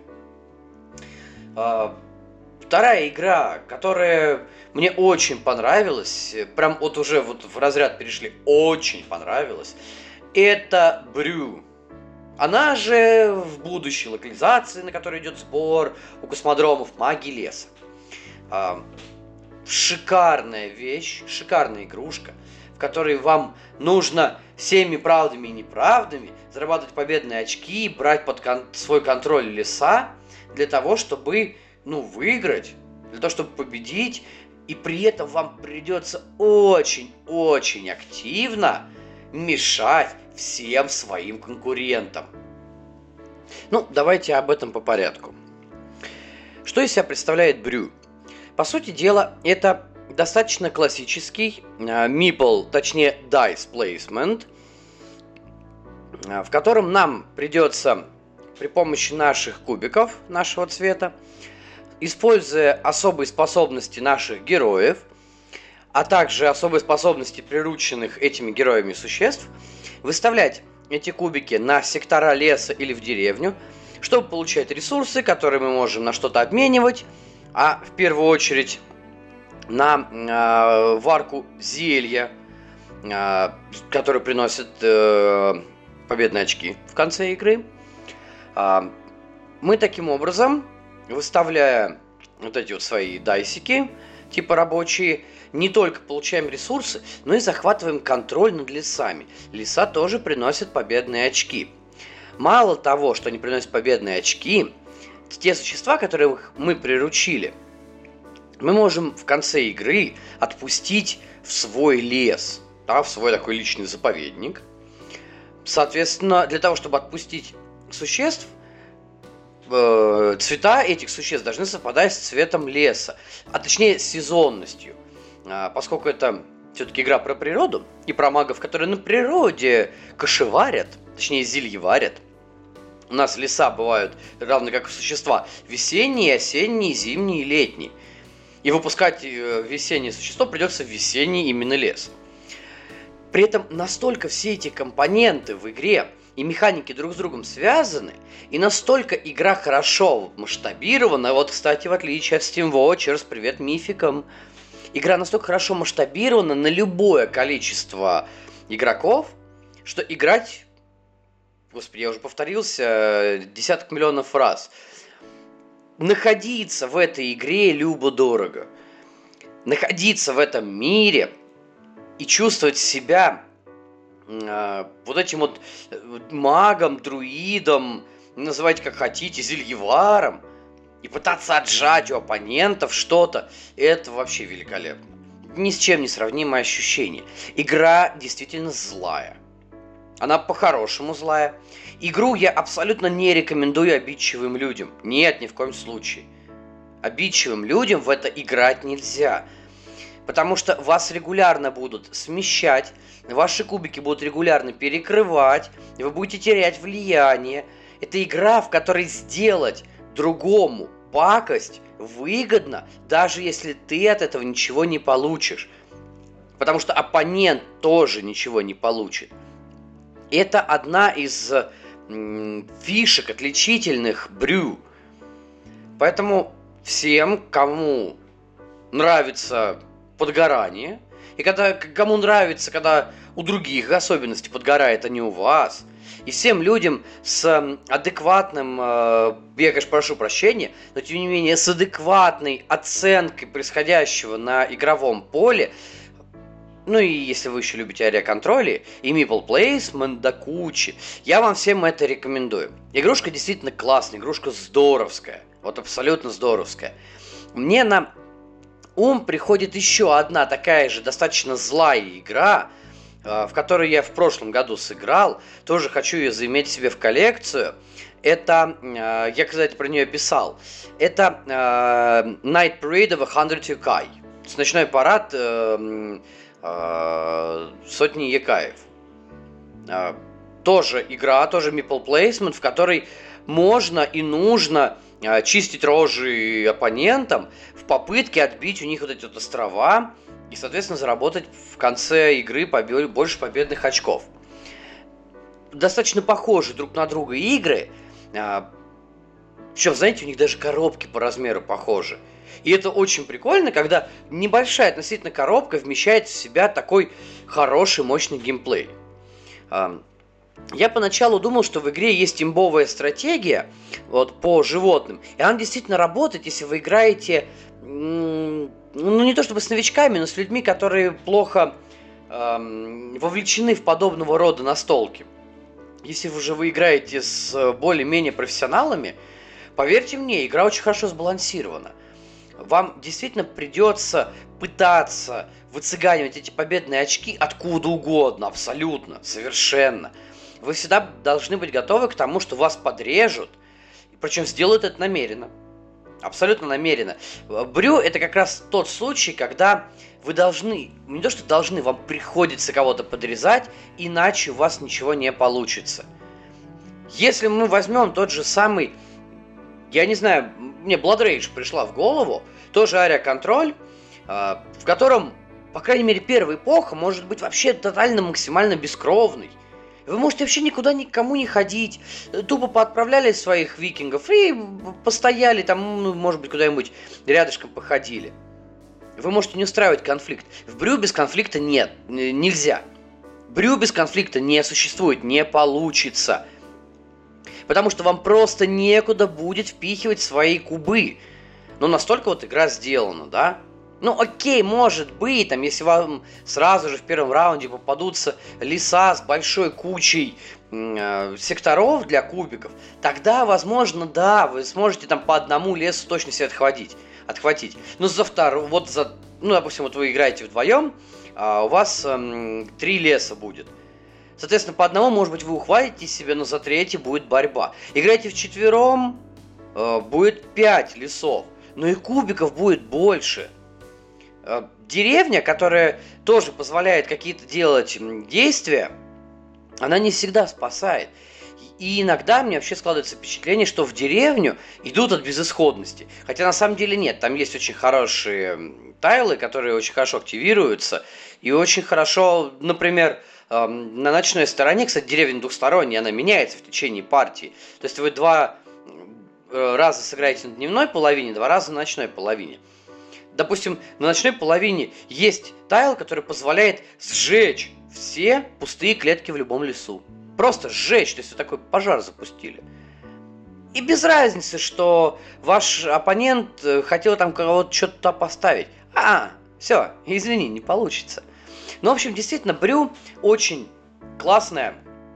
Вторая игра, которая мне очень понравилась, прям уже в разряд перешли, очень понравилась, это Брю. Она же в будущей локализации, на которой идет сбор у космодромов «Маги леса». Шикарная вещь, шикарная игрушка, в которой вам нужно всеми правдами и неправдами зарабатывать победные очки, брать под свой контроль леса для того, чтобы выиграть, для того, чтобы победить, и при этом вам придется очень-очень активно мешать всем своим конкурентам. Давайте об этом по порядку. Что из себя представляет Брю? По сути дела, это достаточно классический meeple, точнее dice placement, в котором нам придется при помощи наших кубиков нашего цвета, используя особые способности наших героев, а также особые способности прирученных этими героями существ, выставлять эти кубики на сектора леса или в деревню, чтобы получать ресурсы, которые мы можем на что-то обменивать, а в первую очередь на варку зелья, которые приносят победные очки в конце игры. Мы таким образом, выставляя вот эти свои дайсики, типа рабочие, не только получаем ресурсы, но и захватываем контроль над лесами. Леса тоже приносят победные очки. Мало того, что они приносят победные очки, те существа, которых мы приручили, мы можем в конце игры отпустить в свой лес. да, в свой такой личный заповедник. Соответственно, для того, чтобы отпустить существ, цвета этих существ должны совпадать с цветом леса, а точнее с сезонностью. Поскольку это все-таки игра про природу и про магов, которые на природе кошеварят, точнее зельеварят. У нас леса бывают, равно как и существа, весенние, осенние, зимние и летние. И выпускать весеннее существо придется в весенний именно лес. При этом настолько все эти компоненты в игре и механики друг с другом связаны, и настолько игра хорошо масштабирована, вот, кстати, в отличие от Steam Watchers, привет мификам, игра настолько хорошо масштабирована на любое количество игроков, что играть, господи, я уже повторился десяток миллионов раз, находиться в этой игре любо-дорого, находиться в этом мире и чувствовать себя вот этим вот магом, друидом, называйте как хотите, зельеваром, и пытаться отжать у оппонентов что-то, это вообще великолепно. Ни с чем не сравнимое ощущение. Игра действительно злая. Она по-хорошему злая. Игру я абсолютно не рекомендую обидчивым людям. Нет, ни в коем случае. Обидчивым людям в это играть нельзя. Потому что вас регулярно будут смещать, ваши кубики будут регулярно перекрывать, вы будете терять влияние. Это игра, в которой сделать другому пакость выгодно, даже если ты от этого ничего не получишь. Потому что оппонент тоже ничего не получит. Это одна из фишек отличительных Брю. Поэтому всем, кому нравится подгорание, и кому нравится, когда у других особенности подгорает, а не у вас, и всем людям с адекватным, я, конечно, прошу прощения, но тем не менее с адекватной оценкой происходящего на игровом поле, ну и если вы еще любите ариоконтроли и Meeple Placement до кучи, я вам всем это рекомендую. Игрушка действительно классная, игрушка здоровская, вот абсолютно здоровская. Мне на ум приходит еще одна такая же достаточно злая игра, в которой я в прошлом году сыграл, тоже хочу ее заиметь себе в коллекцию. Это, я, кстати, про нее писал, это Night Parade of 100 Yokai, ночной парад сотни якаев. Тоже игра, тоже Meeple Placement, в которой можно и нужно чистить рожи оппонентам в попытке отбить у них вот эти вот острова и, соответственно, заработать в конце игры больше победных очков. Достаточно похожи друг на друга игры. Причем, знаете, у них даже коробки по размеру похожи. И это очень прикольно, когда небольшая относительно коробка вмещает в себя такой хороший, мощный геймплей. Я поначалу думал, что в игре есть имбовая стратегия вот, по животным. И она действительно работает, если вы играете, ну не то чтобы с новичками, но с людьми, которые плохо вовлечены в подобного рода настолки. Если вы играете с более-менее профессионалами, поверьте мне, игра очень хорошо сбалансирована. Вам действительно придется пытаться выцыганивать эти победные очки откуда угодно, абсолютно, совершенно. Вы всегда должны быть готовы к тому, что вас подрежут, причем сделают это намеренно. Абсолютно намеренно. Брю — это как раз тот случай, когда вы должны, не то что должны, вам приходится кого-то подрезать, иначе у вас ничего не получится. Если мы возьмем тот же самый, я не знаю, мне Blood Rage пришла в голову, тоже ариоконтроль, в котором, по крайней мере, первая эпоха может быть вообще тотально максимально бескровной. Вы можете вообще никуда никому не ходить, тупо поотправляли своих викингов и постояли там, ну, может быть, куда-нибудь рядышком походили. Вы можете не устраивать конфликт. В Брю без конфликта нет, нельзя. Брю без конфликта не существует, не получится. Потому что вам просто некуда будет впихивать свои кубы. Но настолько вот игра сделана, да? Ну окей, может быть, там, если вам сразу же в первом раунде попадутся леса с большой кучей секторов для кубиков, тогда, возможно, да, вы сможете там по одному лесу точно себе отхватить. Но за ну, допустим, вот вы играете вдвоем, а у вас 3 леса будет. Соответственно, по одному, может быть, вы ухватите себе, но за третий будет борьба. Играете вчетвером, будет 5 лесов, но и кубиков будет больше. Деревня, которая тоже позволяет какие-то делать действия, она не всегда спасает. И иногда мне вообще складывается впечатление, что в деревню идут от безысходности. Хотя на самом деле нет, там есть очень хорошие тайлы, которые очень хорошо активируются. И очень хорошо, например, на ночной стороне, кстати, деревня двухсторонняя, она меняется в течение партии. То есть вы 2 раза сыграете на дневной половине, 2 раза на ночной половине. Допустим, на ночной половине есть тайл, который позволяет сжечь все пустые клетки в любом лесу. Просто сжечь, то есть вы такой пожар запустили. И без разницы, что ваш оппонент хотел там кого-то что-то туда поставить. Все, извини, не получится. Ну, в общем, действительно, Брю очень классная,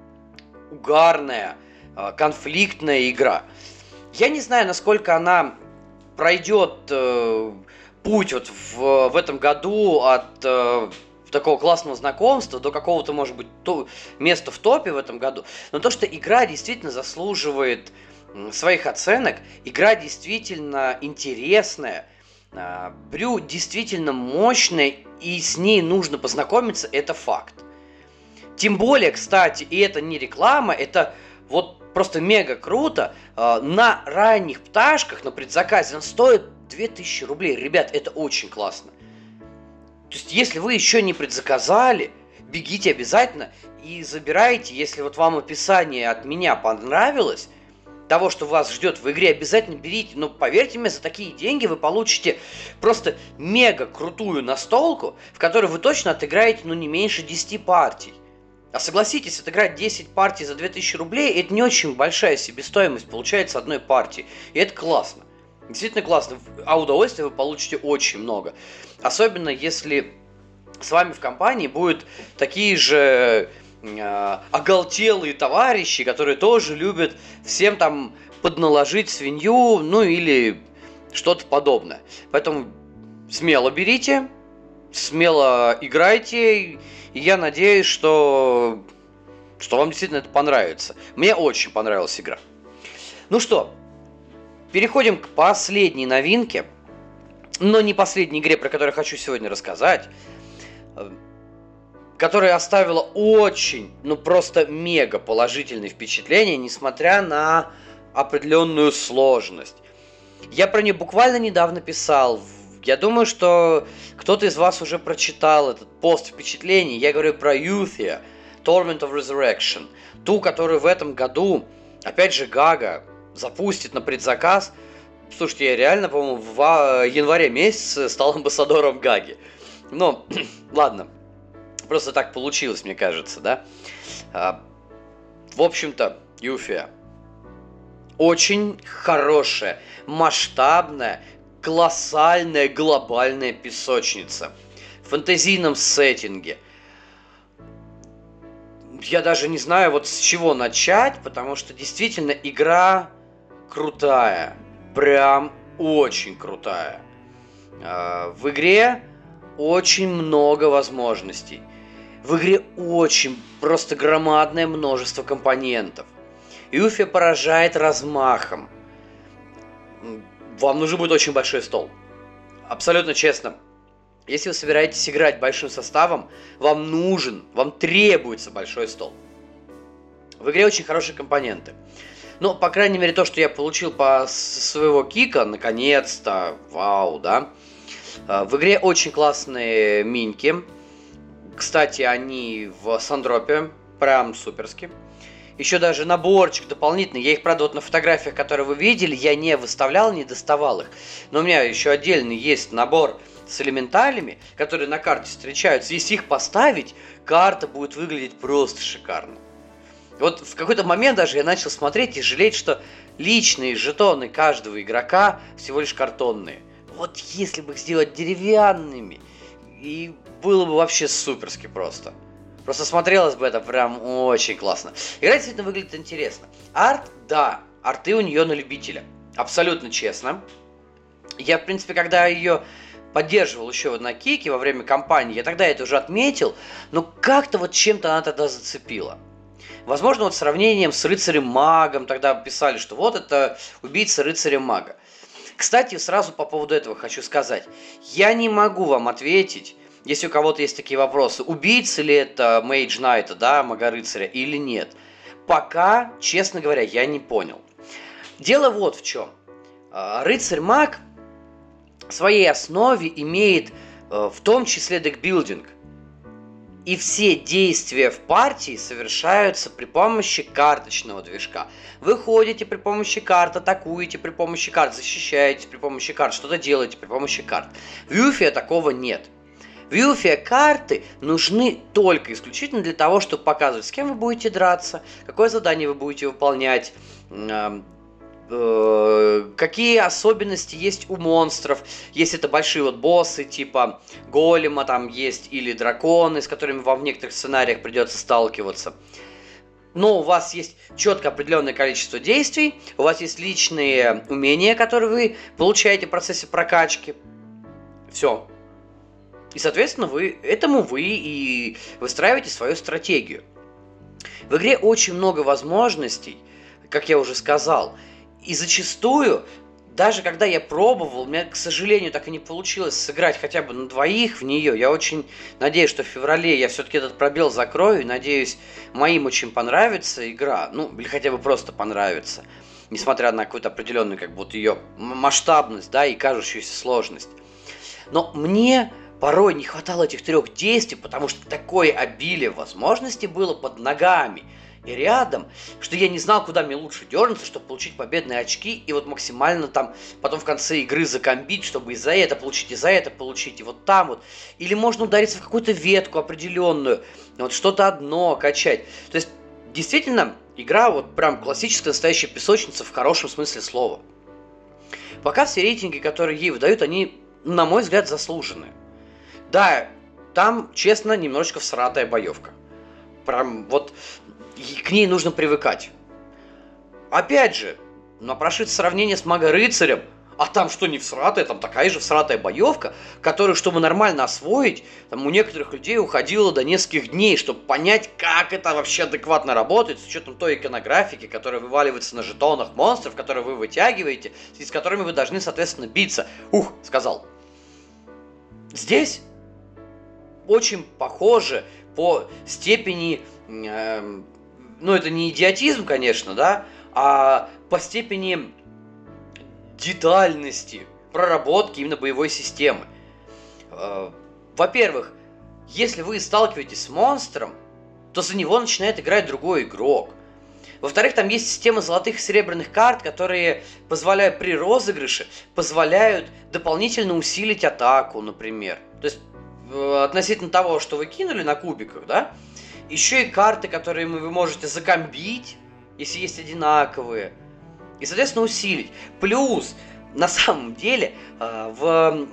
угарная, конфликтная игра. Я не знаю, насколько она пройдет путь вот в этом году от такого классного знакомства до какого-то, может быть, места в топе в этом году. Но то, что игра действительно заслуживает своих оценок, игра действительно интересная, Брю действительно мощная, и с ней нужно познакомиться, это факт. Тем более, кстати, и это не реклама, это вот просто мега круто, на ранних пташках, на предзаказе он стоит 2000 рублей. Ребят, это очень классно. То есть, если вы еще не предзаказали, бегите обязательно и забирайте. Если вот вам описание от меня понравилось, того, что вас ждет в игре, обязательно берите. Но поверьте мне, за такие деньги вы получите просто мега крутую настолку, в которой вы точно отыграете, ну, не меньше 10 партий. А согласитесь, отыграть 10 партий за 2000 рублей, это не очень большая себестоимость получается одной партии. И это классно. Действительно классно, а удовольствия вы получите очень много. Особенно если с вами в компании будут такие же оголтелые товарищи, которые тоже любят всем там подналожить свинью, ну или что-то подобное. Поэтому смело берите, смело играйте, и я надеюсь, что вам действительно это понравится. Мне очень понравилась игра. Ну что, переходим к последней новинке, но не последней игре, про которую хочу сегодня рассказать, которая оставила очень, ну просто мега положительные впечатления, несмотря на определенную сложность. Я про нее буквально недавно писал. Я думаю, что кто-то из вас уже прочитал этот пост впечатлений. Я говорю про Yuthia, Torment of Resurrection. Ту, которую в этом году, опять же, Гага запустит на предзаказ. Слушайте, я реально, по-моему, в январе месяце стал амбассадором Гаги. Но, ладно, просто так получилось, мне кажется, да? В общем-то, Yuthia. Очень хорошая, масштабная, колоссальная, глобальная песочница. В фэнтезийном сеттинге. Я даже не знаю, вот с чего начать, потому что действительно игра крутая. Прям очень крутая. В игре очень много возможностей. В игре очень просто громадное множество компонентов. Yuthia поражает размахом. Вам нужен будет очень большой стол. Абсолютно честно. Если вы собираетесь играть большим составом, вам требуется большой стол. В игре очень хорошие компоненты. Ну, по крайней мере, то, что я получил по своего кика, наконец-то, вау, да. В игре очень классные миньки. Кстати, они в Сандропе, прям суперски. Еще даже наборчик дополнительный. Я их, правда, вот на фотографиях, которые вы видели, я не выставлял, не доставал их. Но у меня еще отдельный есть набор с элементалями, которые на карте встречаются. Если их поставить, карта будет выглядеть просто шикарно. Вот в какой-то момент даже я начал смотреть и жалеть, что личные жетоны каждого игрока всего лишь картонные. Вот если бы их сделать деревянными, и было бы вообще суперски просто. Просто смотрелось бы это прям очень классно. Игра действительно выглядит интересно. Арт, да, арты у нее на любителя. Абсолютно честно. Я, в принципе, когда ее поддерживал еще на Кике во время кампании, я тогда это уже отметил, но как-то вот чем-то она тогда зацепила. Возможно, вот сравнением с рыцарем-магом тогда писали, что вот это убийца рыцаря-мага. Кстати, сразу по поводу этого хочу сказать. Я не могу вам ответить, если у кого-то есть такие вопросы, убийца ли это Мейдж Найта, да, мага-рыцаря, или нет. Пока, честно говоря, я не понял. Дело вот в чем. Рыцарь-маг в своей основе имеет в том числе декбилдинг. И все действия в партии совершаются при помощи карточного движка. Вы ходите при помощи карт, атакуете при помощи карт, защищаетесь при помощи карт, что-то делаете при помощи карт. В Юфе такого нет. В Юфе карты нужны только исключительно для того, чтобы показывать, с кем вы будете драться, какое задание вы будете выполнять, какие особенности есть у монстров, если это большие вот боссы типа голема там есть или драконы, с которыми вам в некоторых сценариях придется сталкиваться. Но у вас есть четко определенное количество действий, у вас есть личные умения, которые вы получаете в процессе прокачки. Все. И, соответственно, вы и выстраиваете свою стратегию. В игре очень много возможностей, как я уже сказал. И зачастую, даже когда я пробовал, у меня, к сожалению, так и не получилось сыграть хотя бы на двоих в нее. Я очень надеюсь, что в феврале я все-таки этот пробел закрою. И надеюсь, моим очень понравится игра. Ну, или хотя бы просто понравится. Несмотря на какую-то определенную, как бы, вот ее масштабность, да, и кажущуюся сложность. Но мне порой не хватало этих 3 действий, потому что такое обилие возможностей было под ногами и рядом, что я не знал, куда мне лучше дернуться, чтобы получить победные очки, и вот максимально там потом в конце игры закомбить, чтобы и за это получить, и за это получить, и вот там вот. Или можно удариться в какую-то ветку определенную, вот что-то одно качать. То есть, действительно, игра вот прям классическая настоящая песочница в хорошем смысле слова. Пока все рейтинги, которые ей выдают, они, на мой взгляд, заслужены. Да, там, честно, немножечко всратая боевка. Прям вот к ней нужно привыкать. Опять же, напрашивается сравнение с мага-рыцарем, а там что не всратая, там такая же всратая боевка, которую, чтобы нормально освоить, там у некоторых людей уходило до нескольких дней, чтобы понять, как это вообще адекватно работает, с учетом той иконографики, которая вываливается на жетонах монстров, которые вы вытягиваете, и с которыми вы должны, соответственно, биться. Сказал. Здесь очень похоже по степени, это не идиотизм, конечно, да, а по степени детальности проработки именно боевой системы. Во-первых, если вы сталкиваетесь с монстром, то за него начинает играть другой игрок. Во-вторых, там есть система золотых и серебряных карт, которые позволяют при розыгрыше, позволяют дополнительно усилить атаку, например. То есть, относительно того, что вы кинули на кубиках, да, еще и карты, которые вы можете закомбить, если есть одинаковые, и, соответственно, усилить. Плюс, на самом деле, в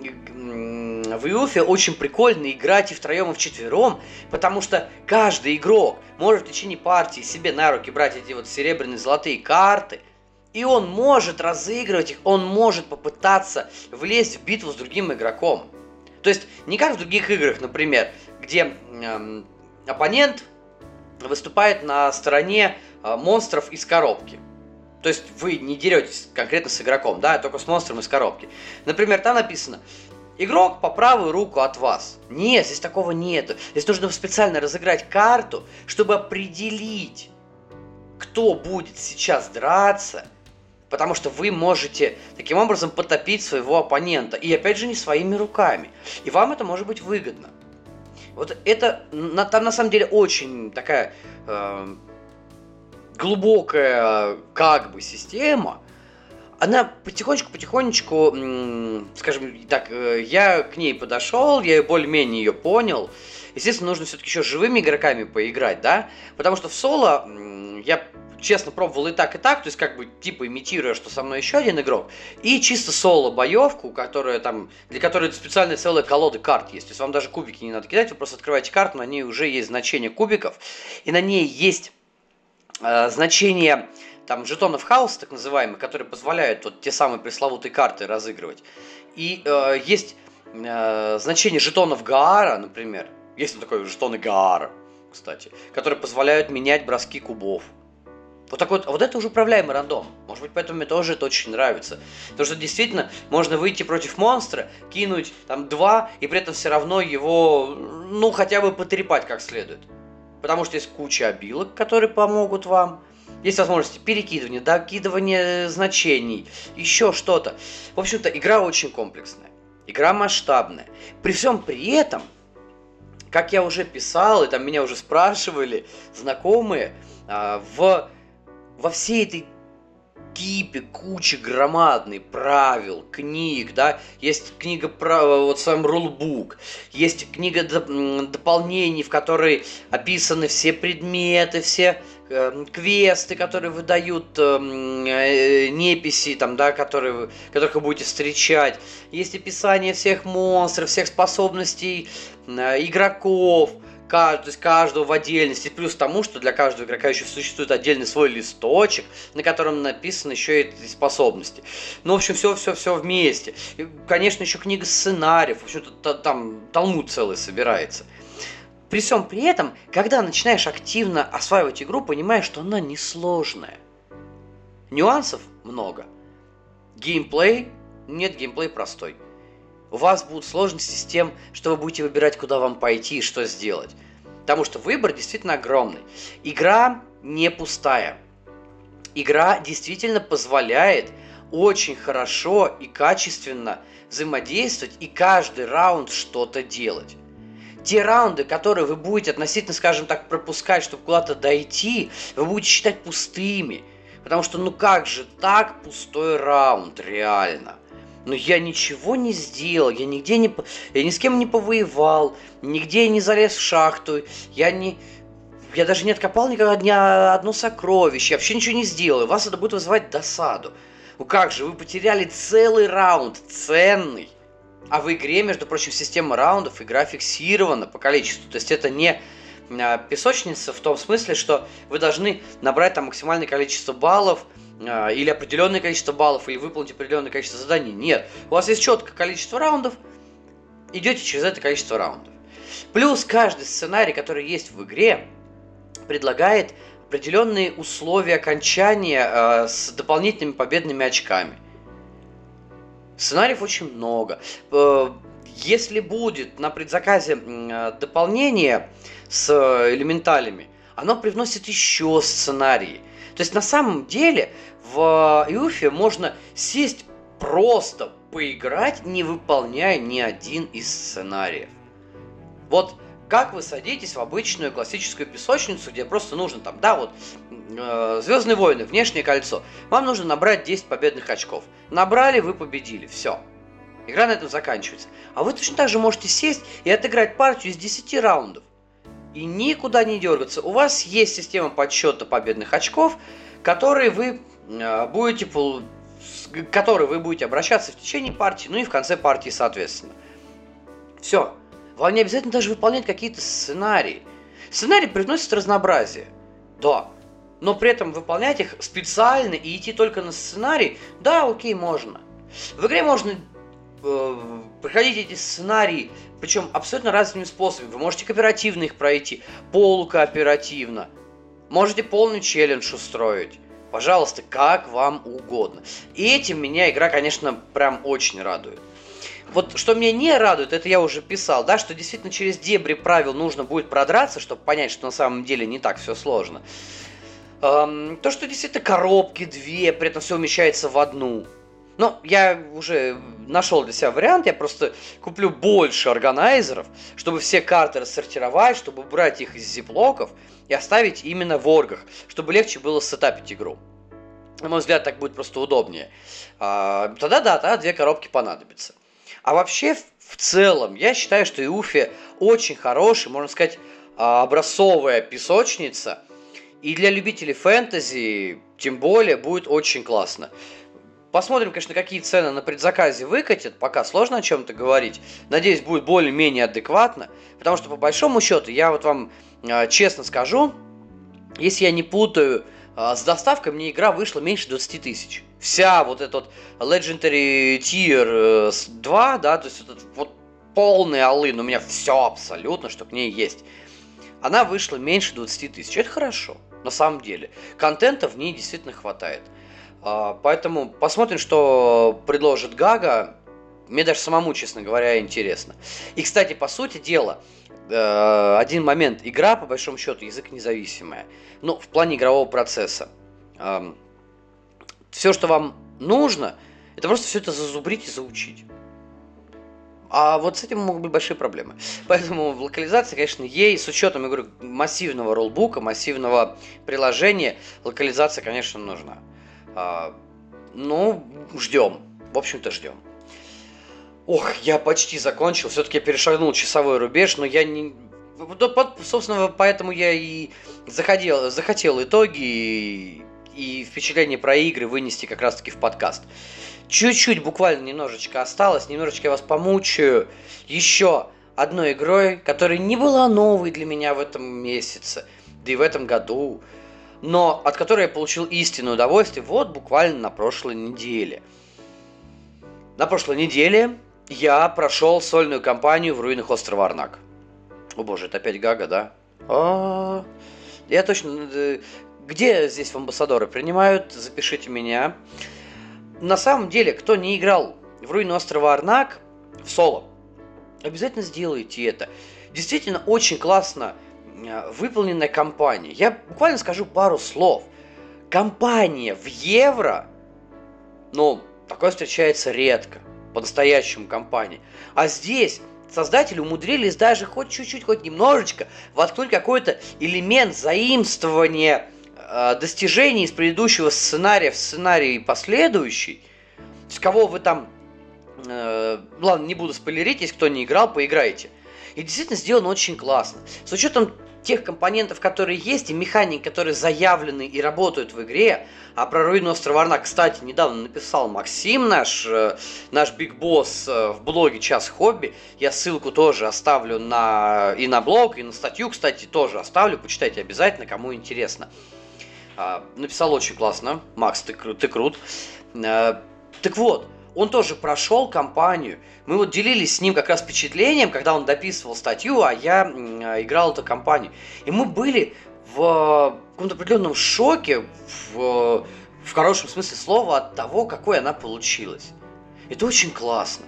Юфе очень прикольно играть и втроем, и вчетвером, потому что каждый игрок может в течение партии себе на руки брать эти вот серебряные золотые карты, и он может разыгрывать их, он может попытаться влезть в битву с другим игроком. То есть, не как в других играх, например, где оппонент выступает на стороне монстров из коробки. То есть вы не деретесь конкретно с игроком, да, только с монстром из коробки. Например, там написано: игрок по правую руку от вас. Нет, здесь такого нету. Здесь нужно специально разыграть карту, чтобы определить, кто будет сейчас драться, потому что вы можете таким образом потопить своего оппонента. И опять же не своими руками. И вам это может быть выгодно. Вот это, там на самом деле очень такая глубокая как бы система. Она потихонечку, скажем так, я к ней подошел, я более-менее ее понял. Естественно, нужно все-таки еще живыми игроками поиграть, да? Потому что в соло я честно пробовал и так, то есть как бы типа имитируя, что со мной еще один игрок, и чисто соло-боевку, для которой специальная целая колода карт есть. То есть вам даже кубики не надо кидать, вы просто открываете карту, на ней уже есть значение кубиков, и на ней есть значения там жетонов хаоса, так называемые, которые позволяют вот те самые пресловутые карты разыгрывать. И есть значение жетонов Гаара, например. Есть такой жетоны Гаара, кстати, которые позволяют менять броски кубов. Вот это уже управляемый рандом. Может быть, поэтому мне тоже это очень нравится. Потому что действительно можно выйти против монстра, кинуть там 2, и при этом все равно его, хотя бы потрепать как следует. Потому что есть куча обилок, которые помогут вам. Есть возможности перекидывания, докидывания значений, еще что-то. В общем-то, игра очень комплексная. Игра масштабная. При всем при этом, как я уже писал, и там меня уже спрашивали знакомые, во всей этой кипе кучи громадной правил, книг, да, есть книга про сам рулбук, есть книга дополнений, в которой описаны все предметы, все квесты, которые выдают неписи, там, да, которых вы будете встречать. Есть описание всех монстров, всех способностей игроков, то есть каждого в отдельности, плюс тому, что для каждого игрока еще существует отдельный свой листочек, на котором написаны еще эти способности. В общем, все вместе. И, конечно, еще книга сценариев, в общем-то, там талмуд целый собирается. При всем при этом, когда начинаешь активно осваивать игру, понимаешь, что она несложная. Нюансов много. Геймплей? Нет, геймплей простой. У вас будут сложности с тем, что вы будете выбирать, куда вам пойти и что сделать. Потому что выбор действительно огромный. Игра не пустая. Игра действительно позволяет очень хорошо и качественно взаимодействовать и каждый раунд что-то делать. Те раунды, которые вы будете относительно, скажем так, пропускать, чтобы куда-то дойти, вы будете считать пустыми. Потому что, как же так пустой раунд, реально? Я ничего не сделал, я ни с кем не повоевал, нигде не залез в шахту, я даже не откопал никогда ни одно сокровище, вообще ничего не сделал, и вас это будет вызывать досаду. Как же, вы потеряли целый раунд, ценный. А в игре, между прочим, система раундов, игра фиксирована по количеству, то есть это не песочница в том смысле, что вы должны набрать там максимальное количество баллов, или определенное количество баллов, или выполнить определенное количество заданий. Нет. У вас есть четкое количество раундов, идете через это количество раундов. Плюс каждый сценарий, который есть в игре, предлагает определенные условия окончания с дополнительными победными очками. Сценариев очень много. Если будет на предзаказе дополнение с элементалями, оно привносит еще сценарии. То есть на самом деле в Иуфе можно сесть просто поиграть, не выполняя ни один из сценариев. Вот как вы садитесь в обычную классическую песочницу, где просто нужно там, Звездные войны, внешнее кольцо. Вам нужно набрать 10 победных очков. Набрали, вы победили, все. Игра на этом заканчивается. А вы точно так же можете сесть и отыграть партию из 10 раундов. И никуда не дергаться. У вас есть система подсчета победных очков, к которой вы будете обращаться в течение партии, и в конце партии, соответственно. Все. Вам не обязательно даже выполнять какие-то сценарии. Сценарий приносит разнообразие. Да. Но при этом выполнять их специально и идти только на сценарий, да, окей, можно. В игре можно проходить эти сценарии, причем абсолютно разными способами. Вы можете кооперативно их пройти, полукооперативно. Можете полный челлендж устроить. Пожалуйста, как вам угодно. И этим меня игра, конечно, прям очень радует. Вот что меня не радует, это я уже писал, да, что действительно через дебри правил нужно будет продраться, чтобы понять, что на самом деле не так все сложно. То, что действительно коробки две, при этом все умещается в одну. Но я уже нашел для себя вариант, я просто куплю больше органайзеров, чтобы все карты рассортировать, чтобы убрать их из зиплоков и оставить именно в оргах, чтобы легче было сетапить игру. На мой взгляд, так будет просто удобнее. Тогда 2 коробки понадобятся. А вообще, в целом, я считаю, что Иуфе очень хороший, можно сказать, образцовая песочница. И для любителей фэнтези, тем более, будет очень классно. Посмотрим, конечно, какие цены на предзаказе выкатят. Пока сложно о чем-то говорить. Надеюсь, будет более-менее адекватно. Потому что, по большому счету, я вот вам честно скажу, если я не путаю, с доставкой мне игра вышла меньше 20 тысяч. вся вот эта вот Legendary Tier 2, да, то есть вот полный all-in, у меня все абсолютно, что к ней есть. Она вышла меньше 20 тысяч. Это хорошо, на самом деле. Контента в ней действительно хватает. Поэтому посмотрим, что предложит Гага. Мне даже самому, честно говоря, интересно. И, кстати, по сути дела, один момент. Игра, по большому счету, язык независимая. Ну, в плане игрового процесса. Все, что вам нужно, это просто все это зазубрить и заучить. А вот с этим могут быть большие проблемы. Поэтому в локализации, конечно, ей, с учетом, я говорю, массивного роллбука, массивного приложения, локализация, конечно, нужна. Ну, ждем. В общем-то, ждем. Ох, я почти закончил. Все-таки я перешагнул часовой рубеж, но я не... Собственно, поэтому я и захотел итоги и впечатления про игры вынести как раз-таки в подкаст. Чуть-чуть, буквально немножечко осталось, немножечко я вас помучаю еще одной игрой, которая не была новой для меня в этом месяце, да и в этом году, но от которой я получил истинное удовольствие вот буквально на прошлой неделе. На прошлой неделе я прошел сольную кампанию в руинах острова Арнак. О боже, это опять Гага, да? Я точно... Где здесь амбассадоры принимают? Запишите меня. На самом деле, кто не играл в руины острова Арнак в соло, обязательно сделайте это. Действительно, очень классно выполненная кампания. Я буквально скажу пару слов. Кампания в евро, ну, такое встречается редко. По-настоящему кампания. А здесь создатели умудрились даже хоть чуть-чуть, хоть немножечко воткнуть какой-то элемент заимствования достижений из предыдущего сценария в сценарий последующий. С кого вы там... ладно, не буду спойлерить, если кто не играл, поиграйте. И действительно сделано очень классно. С учетом тех компонентов, которые есть, и механик, которые заявлены и работают в игре. А про руины острова Арнак, кстати, недавно написал Максим, наш Big Boss, в блоге «Час хобби». Я ссылку тоже оставлю и на блог, и на статью, кстати, тоже оставлю. Почитайте обязательно, кому интересно. Написал очень классно. Макс, ты крут. Так вот, он тоже прошел кампанию. Мы вот делились с ним как раз впечатлением, когда он дописывал статью, а я играл эту кампанию. И мы были в каком-то определенном шоке, в хорошем смысле слова, от того, какой она получилась. Это очень классно.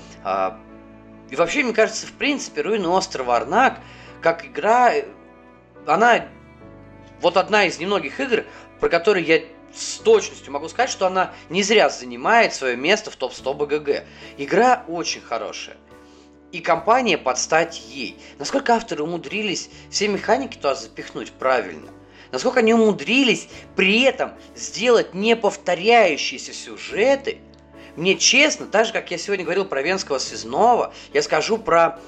И вообще, мне кажется, в принципе, руины острова Арнак, как игра, она вот одна из немногих игр, про которые я с точностью могу сказать, что она не зря занимает свое место в топ-100 БГГ. Игра очень хорошая. И компания под стать ей. Насколько авторы умудрились все механики туда запихнуть правильно. Насколько они умудрились при этом сделать неповторяющиеся сюжеты. Мне честно, так же как я сегодня говорил про Венского связного, я скажу про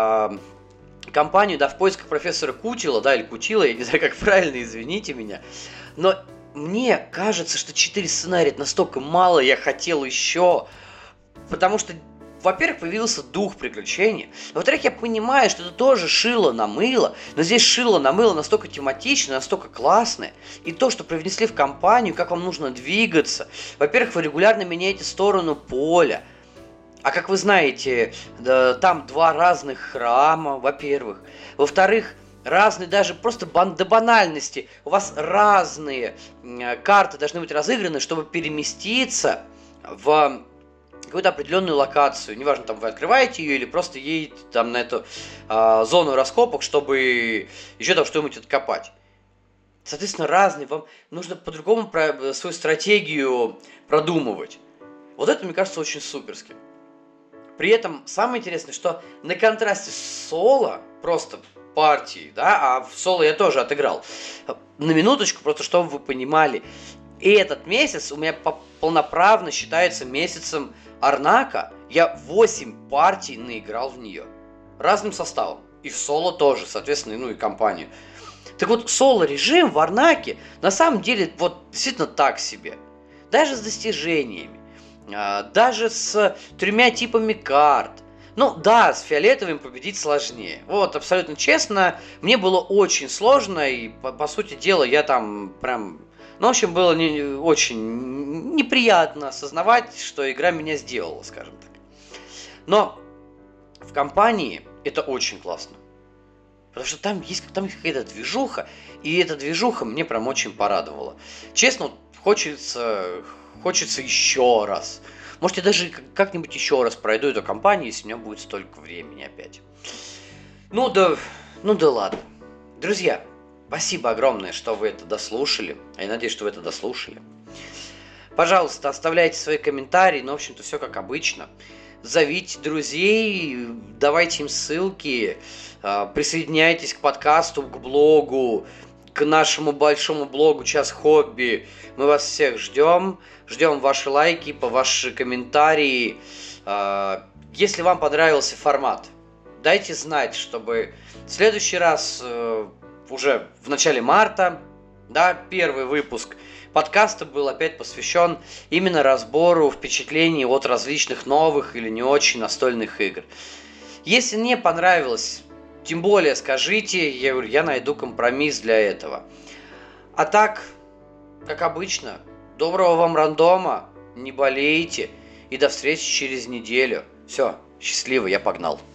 компанию, да, в поисках профессора Кутила, да, или Кутила, я не знаю, как правильно, извините меня. Но мне кажется, что 4 сценария это настолько мало, я хотел еще. Потому что, во-первых, появился дух приключения. Во-вторых, я понимаю, что это тоже шило на мыло. Но здесь шило на мыло настолько тематичное, настолько классное. И то, что привнесли в кампанию, как вам нужно двигаться. Во-первых, вы регулярно меняете сторону поля. А как вы знаете, там 2 разных храма, во-первых. Во-вторых, разные даже просто до банальности. У вас разные карты должны быть разыграны, чтобы переместиться в какую-то определенную локацию. Неважно, там вы открываете ее или просто едете там на эту зону раскопок, чтобы еще там что-нибудь откопать. Соответственно, разные. Вам нужно по-другому свою стратегию продумывать. Вот это, мне кажется, очень суперским. При этом самое интересное, что на контрасте с соло, просто партии, да, а в соло я тоже отыграл. На минуточку, просто чтобы вы понимали, и этот месяц у меня полноправно считается месяцем Арнака. Я 8 партий наиграл в нее. Разным составом. И в соло тоже, соответственно, ну и компанию. Так вот, соло-режим в Арнаке на самом деле вот действительно так себе. Даже с достижениями. Даже с 3 типами карт. Ну да, с фиолетовым победить сложнее. Вот, абсолютно честно, мне было очень сложно, и по сути дела я там прям, Ну, в общем, было очень неприятно осознавать, что игра меня сделала, скажем так. Но в компании это очень классно. Потому что там есть какая-то движуха, и эта движуха мне прям очень порадовала. Честно, хочется еще раз. Может, я даже как-нибудь еще раз пройду эту кампанию, если у меня будет столько времени опять. Ну да ладно. Друзья, спасибо огромное, что вы это дослушали. Я надеюсь, что вы это дослушали. Пожалуйста, оставляйте свои комментарии, в общем-то, все как обычно. Зовите друзей, давайте им ссылки, присоединяйтесь к подкасту, к блогу, к нашему большому блогу «Час хобби». Мы вас всех ждем ваши лайки, ваши комментарии. Если вам понравился формат, дайте знать, чтобы в следующий раз, уже в начале марта, первый выпуск подкаста был опять посвящен именно разбору впечатлений от различных новых или не очень настольных игр. Если не понравилось, тем более скажите, я найду компромисс для этого. А так, как обычно, доброго вам рандома, не болейте и до встречи через неделю. Все, счастливо, я погнал.